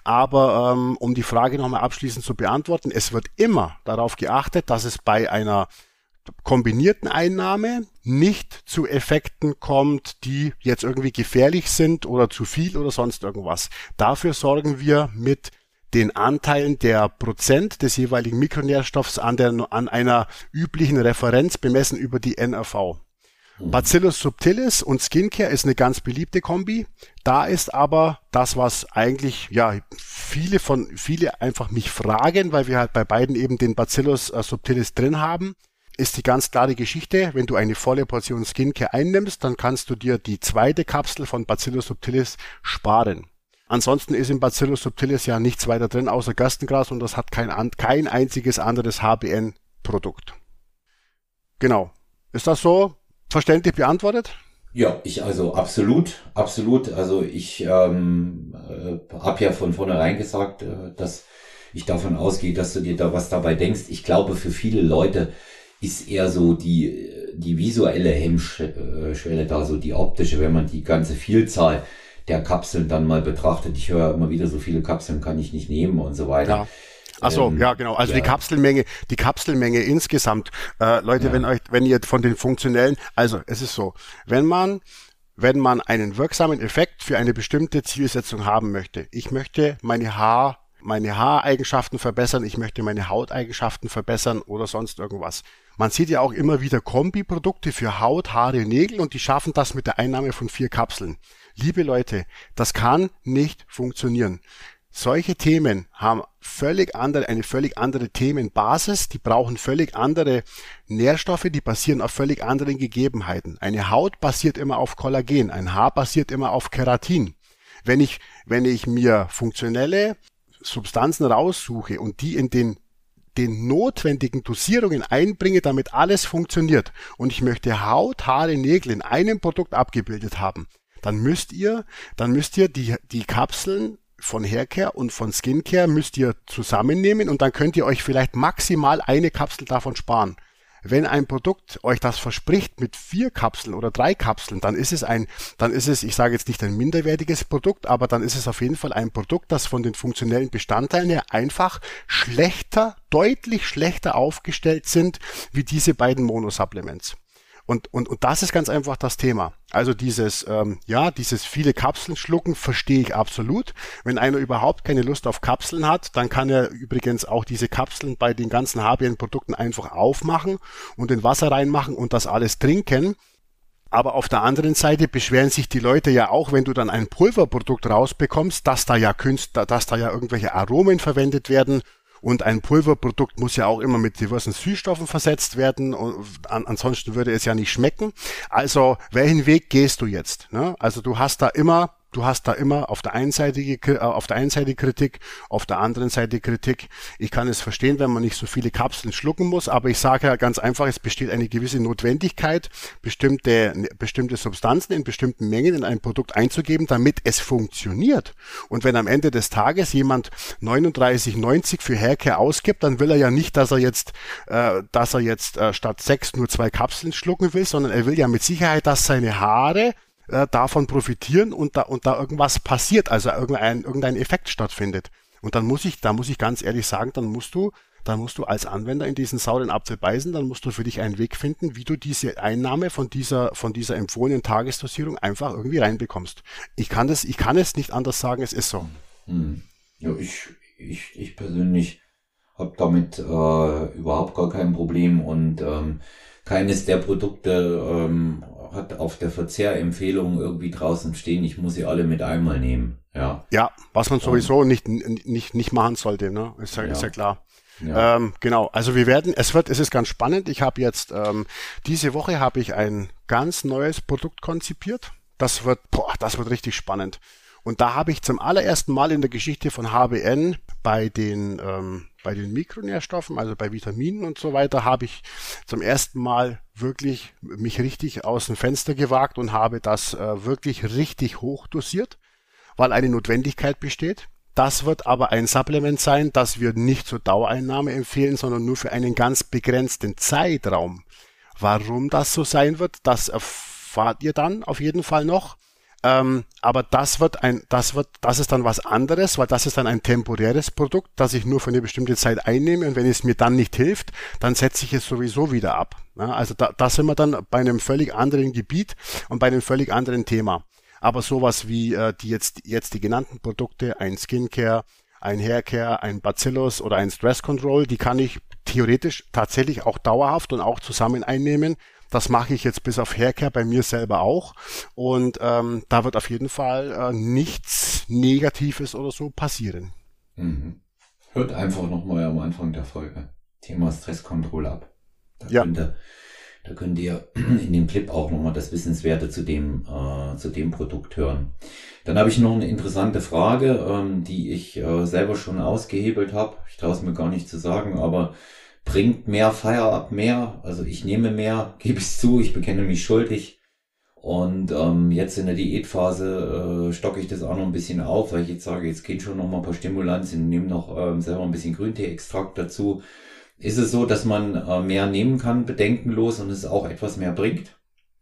Aber ähm, um die Frage nochmal abschließend zu beantworten, es wird immer darauf geachtet, dass es bei einer kombinierten Einnahme nicht zu Effekten kommt, die jetzt irgendwie gefährlich sind oder zu viel oder sonst irgendwas. Dafür sorgen wir mit den Anteilen der Prozent des jeweiligen Mikronährstoffs an, der, an einer üblichen Referenz bemessen über die N R V. Bacillus subtilis und Skincare ist eine ganz beliebte Kombi. Da ist aber das, was eigentlich ja viele von viele einfach mich fragen, weil wir halt bei beiden eben den Bacillus äh, subtilis drin haben, ist die ganz klare Geschichte. Wenn du eine volle Portion Skincare einnimmst, dann kannst du dir die zweite Kapsel von Bacillus subtilis sparen. Ansonsten ist im Bacillus subtilis ja nichts weiter drin außer Gerstengras und das hat kein kein einziges anderes H B N-Produkt. Genau. Ist das so? Verständlich beantwortet? Ja, ich also absolut, absolut. Also ich ähm, äh, habe ja von vornherein gesagt, äh, dass ich davon ausgehe, dass du dir da was dabei denkst. Ich glaube, für viele Leute ist eher so die die visuelle Hemmschwelle da, so die optische, wenn man die ganze Vielzahl der Kapseln dann mal betrachtet. Ich höre immer wieder, so viele Kapseln kann ich nicht nehmen und so weiter. Ja. Ach so, ähm, ja genau. Also ja. die Kapselmenge, die Kapselmenge insgesamt, äh, Leute, ja. wenn euch, wenn ihr von den funktionellen, also es ist so, wenn man, wenn man einen wirksamen Effekt für eine bestimmte Zielsetzung haben möchte, ich möchte meine Haar, meine Haareigenschaften verbessern, ich möchte meine Hauteigenschaften verbessern oder sonst irgendwas. Man sieht ja auch immer wieder Kombiprodukte für Haut, Haare, Nägel und die schaffen das mit der Einnahme von vier Kapseln. Liebe Leute, das kann nicht funktionieren. Solche Themen haben völlig andere, eine völlig andere Themenbasis, die brauchen völlig andere Nährstoffe, die basieren auf völlig anderen Gegebenheiten. Eine Haut basiert immer auf Kollagen, ein Haar basiert immer auf Keratin. Wenn ich, wenn ich mir funktionelle Substanzen raussuche und die in den, den notwendigen Dosierungen einbringe, damit alles funktioniert und ich möchte Haut, Haare, Nägel in einem Produkt abgebildet haben, dann müsst ihr, dann müsst ihr die, die Kapseln von Haircare und von Skincare müsst ihr zusammennehmen und dann könnt ihr euch vielleicht maximal eine Kapsel davon sparen. Wenn ein Produkt euch das verspricht mit vier Kapseln oder drei Kapseln, dann ist es ein, dann ist es, ich sage jetzt nicht ein minderwertiges Produkt, aber dann ist es auf jeden Fall ein Produkt, das von den funktionellen Bestandteilen her einfach schlechter, deutlich schlechter aufgestellt sind wie diese beiden Monosupplements. Und, und, und das ist ganz einfach das Thema. Also dieses, ähm, ja, dieses viele Kapseln schlucken verstehe ich absolut. Wenn einer überhaupt keine Lust auf Kapseln hat, dann kann er übrigens auch diese Kapseln bei den ganzen H B N-Produkten einfach aufmachen und in Wasser reinmachen und das alles trinken. Aber auf der anderen Seite beschweren sich die Leute ja auch, wenn du dann ein Pulverprodukt rausbekommst, dass da ja Künstler, dass da ja irgendwelche Aromen verwendet werden. Und ein Pulverprodukt muss ja auch immer mit diversen Süßstoffen versetzt werden. Und an, ansonsten würde es ja nicht schmecken. Also welchen Weg gehst du jetzt? Ne? Also du hast da immer Du hast da immer auf der einen Seite, äh, auf der einen Seite Kritik, auf der anderen Seite Kritik. Ich kann es verstehen, wenn man nicht so viele Kapseln schlucken muss, aber ich sage ja ganz einfach, es besteht eine gewisse Notwendigkeit, bestimmte, bestimmte Substanzen in bestimmten Mengen in ein Produkt einzugeben, damit es funktioniert. Und wenn am Ende des Tages jemand neununddreißig neunzig für Haircare ausgibt, dann will er ja nicht, dass er jetzt, äh, dass er jetzt äh, statt sechs nur zwei Kapseln schlucken will, sondern er will ja mit Sicherheit, dass seine Haare davon profitieren und da und da irgendwas passiert, also irgendein irgendein Effekt stattfindet. Und dann muss ich, da muss ich ganz ehrlich sagen, dann musst du, dann musst du als Anwender in diesen sauren Apfel beißen, dann musst du für dich einen Weg finden, wie du diese Einnahme von dieser von dieser empfohlenen Tagesdosierung einfach irgendwie reinbekommst. Ich kann das, ich kann es nicht anders sagen, es ist so. Hm. Ja, ich ich ich persönlich habe damit äh, überhaupt gar kein Problem und ähm, keines der Produkte ähm, hat auf der Verzehrempfehlung irgendwie draußen stehen, ich muss sie alle mit einmal nehmen. Ja, ja, was man sowieso nicht nicht nicht machen sollte, ne? Ist ja, ja. Ist ja klar. Ja. Ähm, genau, also wir werden, es wird, es ist ganz spannend. Ich habe jetzt, ähm, diese Woche habe ich ein ganz neues Produkt konzipiert. Das wird, boah, das wird richtig spannend. Und da habe ich zum allerersten Mal in der Geschichte von H B N bei den ähm, bei den Mikronährstoffen, also bei Vitaminen und so weiter, habe ich zum ersten Mal wirklich mich richtig aus dem Fenster gewagt und habe das äh, wirklich richtig hoch dosiert, weil eine Notwendigkeit besteht. Das wird aber ein Supplement sein, das wir nicht zur Dauereinnahme empfehlen, sondern nur für einen ganz begrenzten Zeitraum. Warum das so sein wird, das erfahrt ihr dann auf jeden Fall noch. Ähm, aber das wird ein, das wird, das ist dann was anderes, weil das ist dann ein temporäres Produkt, das ich nur für eine bestimmte Zeit einnehme und wenn es mir dann nicht hilft, dann setze ich es sowieso wieder ab. Ja, also da, da sind wir dann bei einem völlig anderen Gebiet und bei einem völlig anderen Thema. Aber sowas wie äh, die jetzt, jetzt die genannten Produkte, ein Skincare, ein Haircare, ein Bacillus oder ein Stress Control, die kann ich theoretisch tatsächlich auch dauerhaft und auch zusammen einnehmen. Das mache ich jetzt bis auf Haircare bei mir selber auch. Und ähm, da wird auf jeden Fall äh, nichts Negatives oder so passieren. Mhm. Hört einfach nochmal am Anfang der Folge Thema Stresskontrolle ab. Da, ja. könnt ihr, da könnt ihr in dem Clip auch nochmal das Wissenswerte zu dem, äh, zu dem Produkt hören. Dann habe ich noch eine interessante Frage, ähm, die ich äh, selber schon ausgehebelt habe. Ich traue es mir gar nicht zu sagen, aber bringt mehr Fire-Up mehr? Also ich nehme mehr, gebe es zu, ich bekenne mich schuldig. Und ähm, jetzt in der Diätphase äh, stocke ich das auch noch ein bisschen auf, weil ich jetzt sage, jetzt geht schon noch mal ein paar Stimulantien, nehme noch ähm, selber ein bisschen Grüntee-Extrakt dazu. Ist es so, dass man äh, mehr nehmen kann, bedenkenlos, und es auch etwas mehr bringt?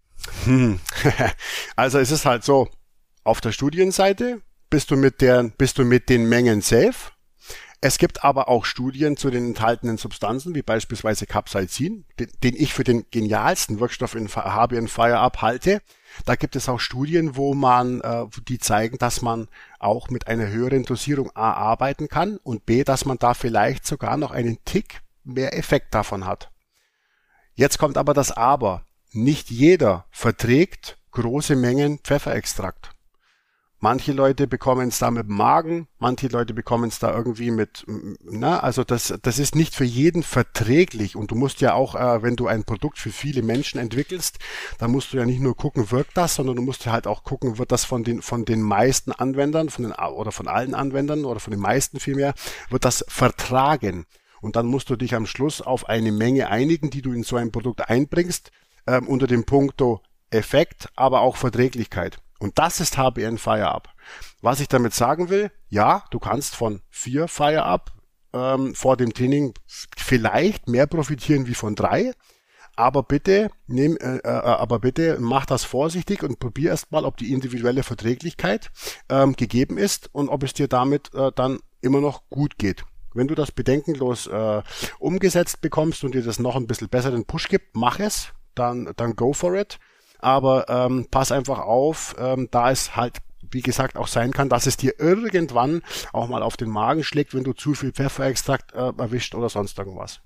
Hm. Also es ist halt so, auf der Studienseite bist du mit der, bist du mit den Mengen safe. Es gibt aber auch Studien zu den enthaltenen Substanzen, wie beispielsweise Capsaicin, den, den ich für den genialsten Wirkstoff in H B N Fire-Up halte. Da gibt es auch Studien, wo man, äh, die zeigen, dass man auch mit einer höheren Dosierung A arbeiten kann und B, dass man da vielleicht sogar noch einen Tick mehr Effekt davon hat. Jetzt kommt aber das Aber. Nicht jeder verträgt große Mengen Pfefferextrakt. Manche Leute bekommen es da mit dem Magen, manche Leute bekommen es da irgendwie mit, na, also das, das ist nicht für jeden verträglich. Und du musst ja auch, äh, wenn du ein Produkt für viele Menschen entwickelst, dann musst du ja nicht nur gucken, wirkt das, sondern du musst halt auch gucken, wird das von den, von den meisten Anwendern, von den, oder von allen Anwendern oder von den meisten vielmehr, wird das vertragen. Und dann musst du dich am Schluss auf eine Menge einigen, die du in so ein Produkt einbringst, ähm, unter dem Punkto Effekt, aber auch Verträglichkeit. Und das ist H B N Fire-Up. Was ich damit sagen will, ja, du kannst von vier Fire-Up ähm, vor dem Training vielleicht mehr profitieren wie von drei, aber bitte, nehm, äh, äh, aber bitte mach das vorsichtig und probier erst mal, ob die individuelle Verträglichkeit ähm, gegeben ist und ob es dir damit äh, dann immer noch gut geht. Wenn du das bedenkenlos äh, umgesetzt bekommst und dir das noch ein bisschen besseren Push gibt, mach es. dann, dann go for it. Aber ähm, pass einfach auf, ähm, da es halt, wie gesagt, auch sein kann, dass es dir irgendwann auch mal auf den Magen schlägt, wenn du zu viel Pfefferextrakt äh, erwischt oder sonst irgendwas.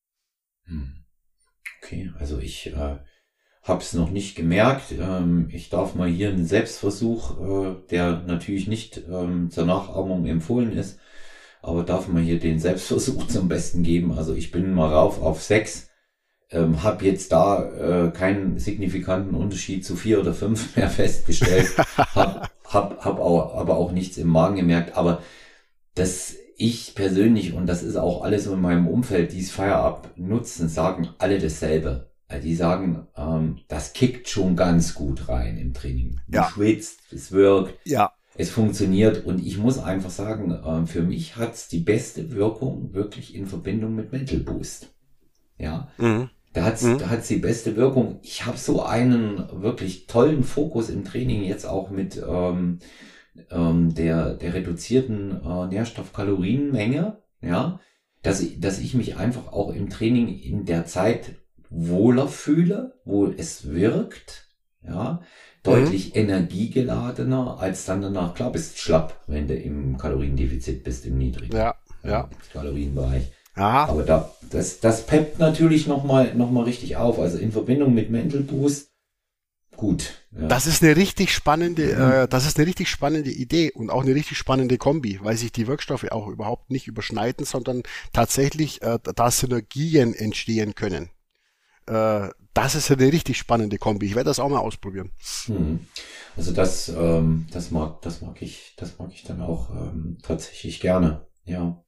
Okay, also ich äh, habe es noch nicht gemerkt. Ähm, ich darf mal hier einen Selbstversuch, äh, der natürlich nicht ähm, zur Nachahmung empfohlen ist, aber darf mal hier den Selbstversuch zum Besten geben. Also ich bin mal rauf auf sechs, ähm, habe jetzt da äh, keinen signifikanten Unterschied zu vier oder fünf mehr festgestellt, habe hab, hab auch, aber auch nichts im Magen gemerkt, aber das ich persönlich, und das ist auch alles so in meinem Umfeld, die es Fire-Up nutzen, sagen alle dasselbe. Also die sagen, ähm, das kickt schon ganz gut rein im Training. Du Ja. schwitzt, es wirkt, Ja. es funktioniert, und ich muss einfach sagen, ähm, für mich hat's die beste Wirkung wirklich in Verbindung mit Mental Boost. Ja, Mhm. da hat's, Mhm. da hat's die beste Wirkung. Ich habe so einen wirklich tollen Fokus im Training jetzt auch mit ähm, ähm, der der reduzierten äh, Nährstoffkalorienmenge, ja, dass ich, dass ich mich einfach auch im Training in der Zeit wohler fühle, wo es wirkt, ja, deutlich mhm. energiegeladener als dann danach. Klar, bist schlapp, wenn du im Kaloriendefizit bist, im niedrigen ja, ja. Kalorienbereich. Aha. Aber da, das, das peppt natürlich nochmal noch mal richtig auf. Also in Verbindung mit Mental Boost, gut. Ja. Das ist eine richtig spannende, mhm. äh, das ist eine richtig spannende Idee und auch eine richtig spannende Kombi, weil sich die Wirkstoffe auch überhaupt nicht überschneiden, sondern tatsächlich äh, da Synergien entstehen können. Äh, das ist eine richtig spannende Kombi. Ich werde das auch mal ausprobieren. Mhm. Also das, ähm, das mag, das mag ich, das mag ich dann auch ähm, tatsächlich gerne. Ja.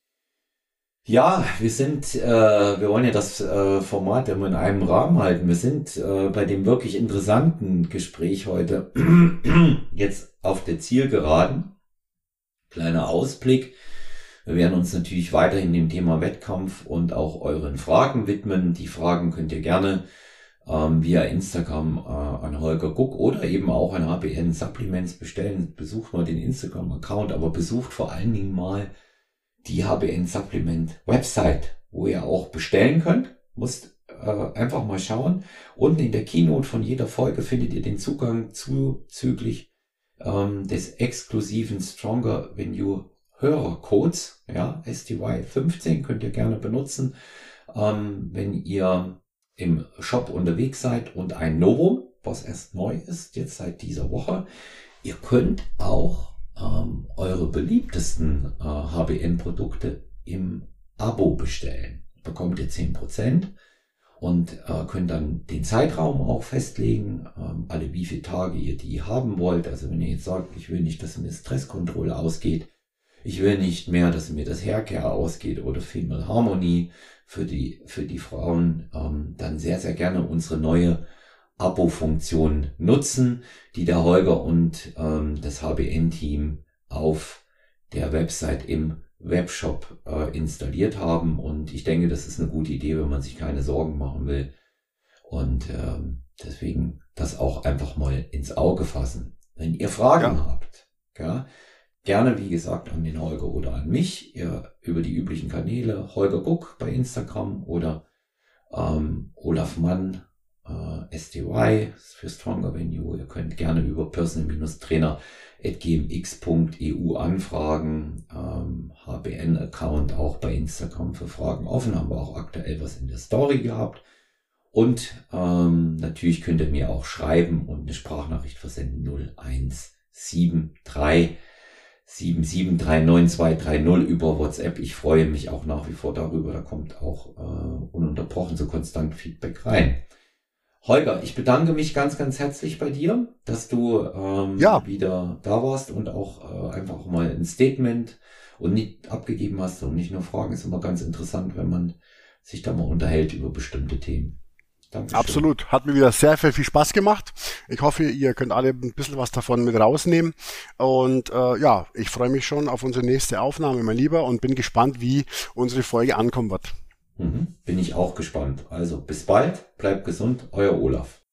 Ja, wir sind, äh, wir wollen ja das äh, Format immer in einem Rahmen halten. Wir sind äh, bei dem wirklich interessanten Gespräch heute jetzt auf der Zielgeraden. Kleiner Ausblick. Wir werden uns natürlich weiterhin dem Thema Wettkampf und auch euren Fragen widmen. Die Fragen könnt ihr gerne ähm, via Instagram äh, an Holger Guck oder eben auch an H B N Supplements bestellen. Besucht mal den Instagram-Account, aber besucht vor allen Dingen mal die H B N Supplement Website, wo ihr auch bestellen könnt. Musst äh, einfach mal schauen. Unten in der Keynote von jeder Folge findet ihr den Zugang zuzüglich ähm, des exklusiven Stronger When You Hörercodes. Ja, S T Y fünfzehn könnt ihr gerne benutzen, ähm, wenn ihr im Shop unterwegs seid und ein Novum, was erst neu ist, jetzt seit dieser Woche. Ihr könnt auch Ähm, eure beliebtesten äh, H B N-Produkte im Abo bestellen. Bekommt ihr zehn Prozent und äh, könnt dann den Zeitraum auch festlegen, ähm, alle wie viele Tage ihr die haben wollt. Also wenn ihr jetzt sagt, ich will nicht, dass mir Stresskontrolle ausgeht, ich will nicht mehr, dass mir das Haircare ausgeht oder Female Harmony für die, für die Frauen, ähm, dann sehr, sehr gerne unsere neue Abo-Funktion nutzen, die der Holger und ähm, das H B N-Team auf der Website im Webshop äh, installiert haben. Und ich denke, das ist eine gute Idee, wenn man sich keine Sorgen machen will. Und ähm, deswegen das auch einfach mal ins Auge fassen. Wenn ihr Fragen ja. habt, ja, gerne, wie gesagt, an den Holger oder an mich, ihr über die üblichen Kanäle, Holger Guck bei Instagram oder ähm, Olaf Mann, Uh, S T Y für Stronger Than You. Ihr könnt gerne über personal-trainer at g m x punkt e u anfragen. Ähm, H B N-Account auch bei Instagram für Fragen offen. Haben wir auch aktuell was in der Story gehabt. Und ähm, natürlich könnt ihr mir auch schreiben und eine Sprachnachricht versenden. null eins sieben drei sieben sieben drei neun zwei drei null über WhatsApp. Ich freue mich auch nach wie vor darüber. Da kommt auch äh, ununterbrochen so konstant Feedback rein. Holger, ich bedanke mich ganz, ganz herzlich bei dir, dass du ähm, ja. wieder da warst und auch äh, einfach mal ein Statement und nicht abgegeben hast und nicht nur Fragen. Ist immer ganz interessant, wenn man sich da mal unterhält über bestimmte Themen. Dankeschön. Absolut. Hat mir wieder sehr viel, viel Spaß gemacht. Ich hoffe, ihr könnt alle ein bisschen was davon mit rausnehmen. Und äh, ja, ich freue mich schon auf unsere nächste Aufnahme, mein Lieber, und bin gespannt, wie unsere Folge ankommen wird. Mhm, bin ich auch gespannt. Also bis bald, bleibt gesund, euer Olaf.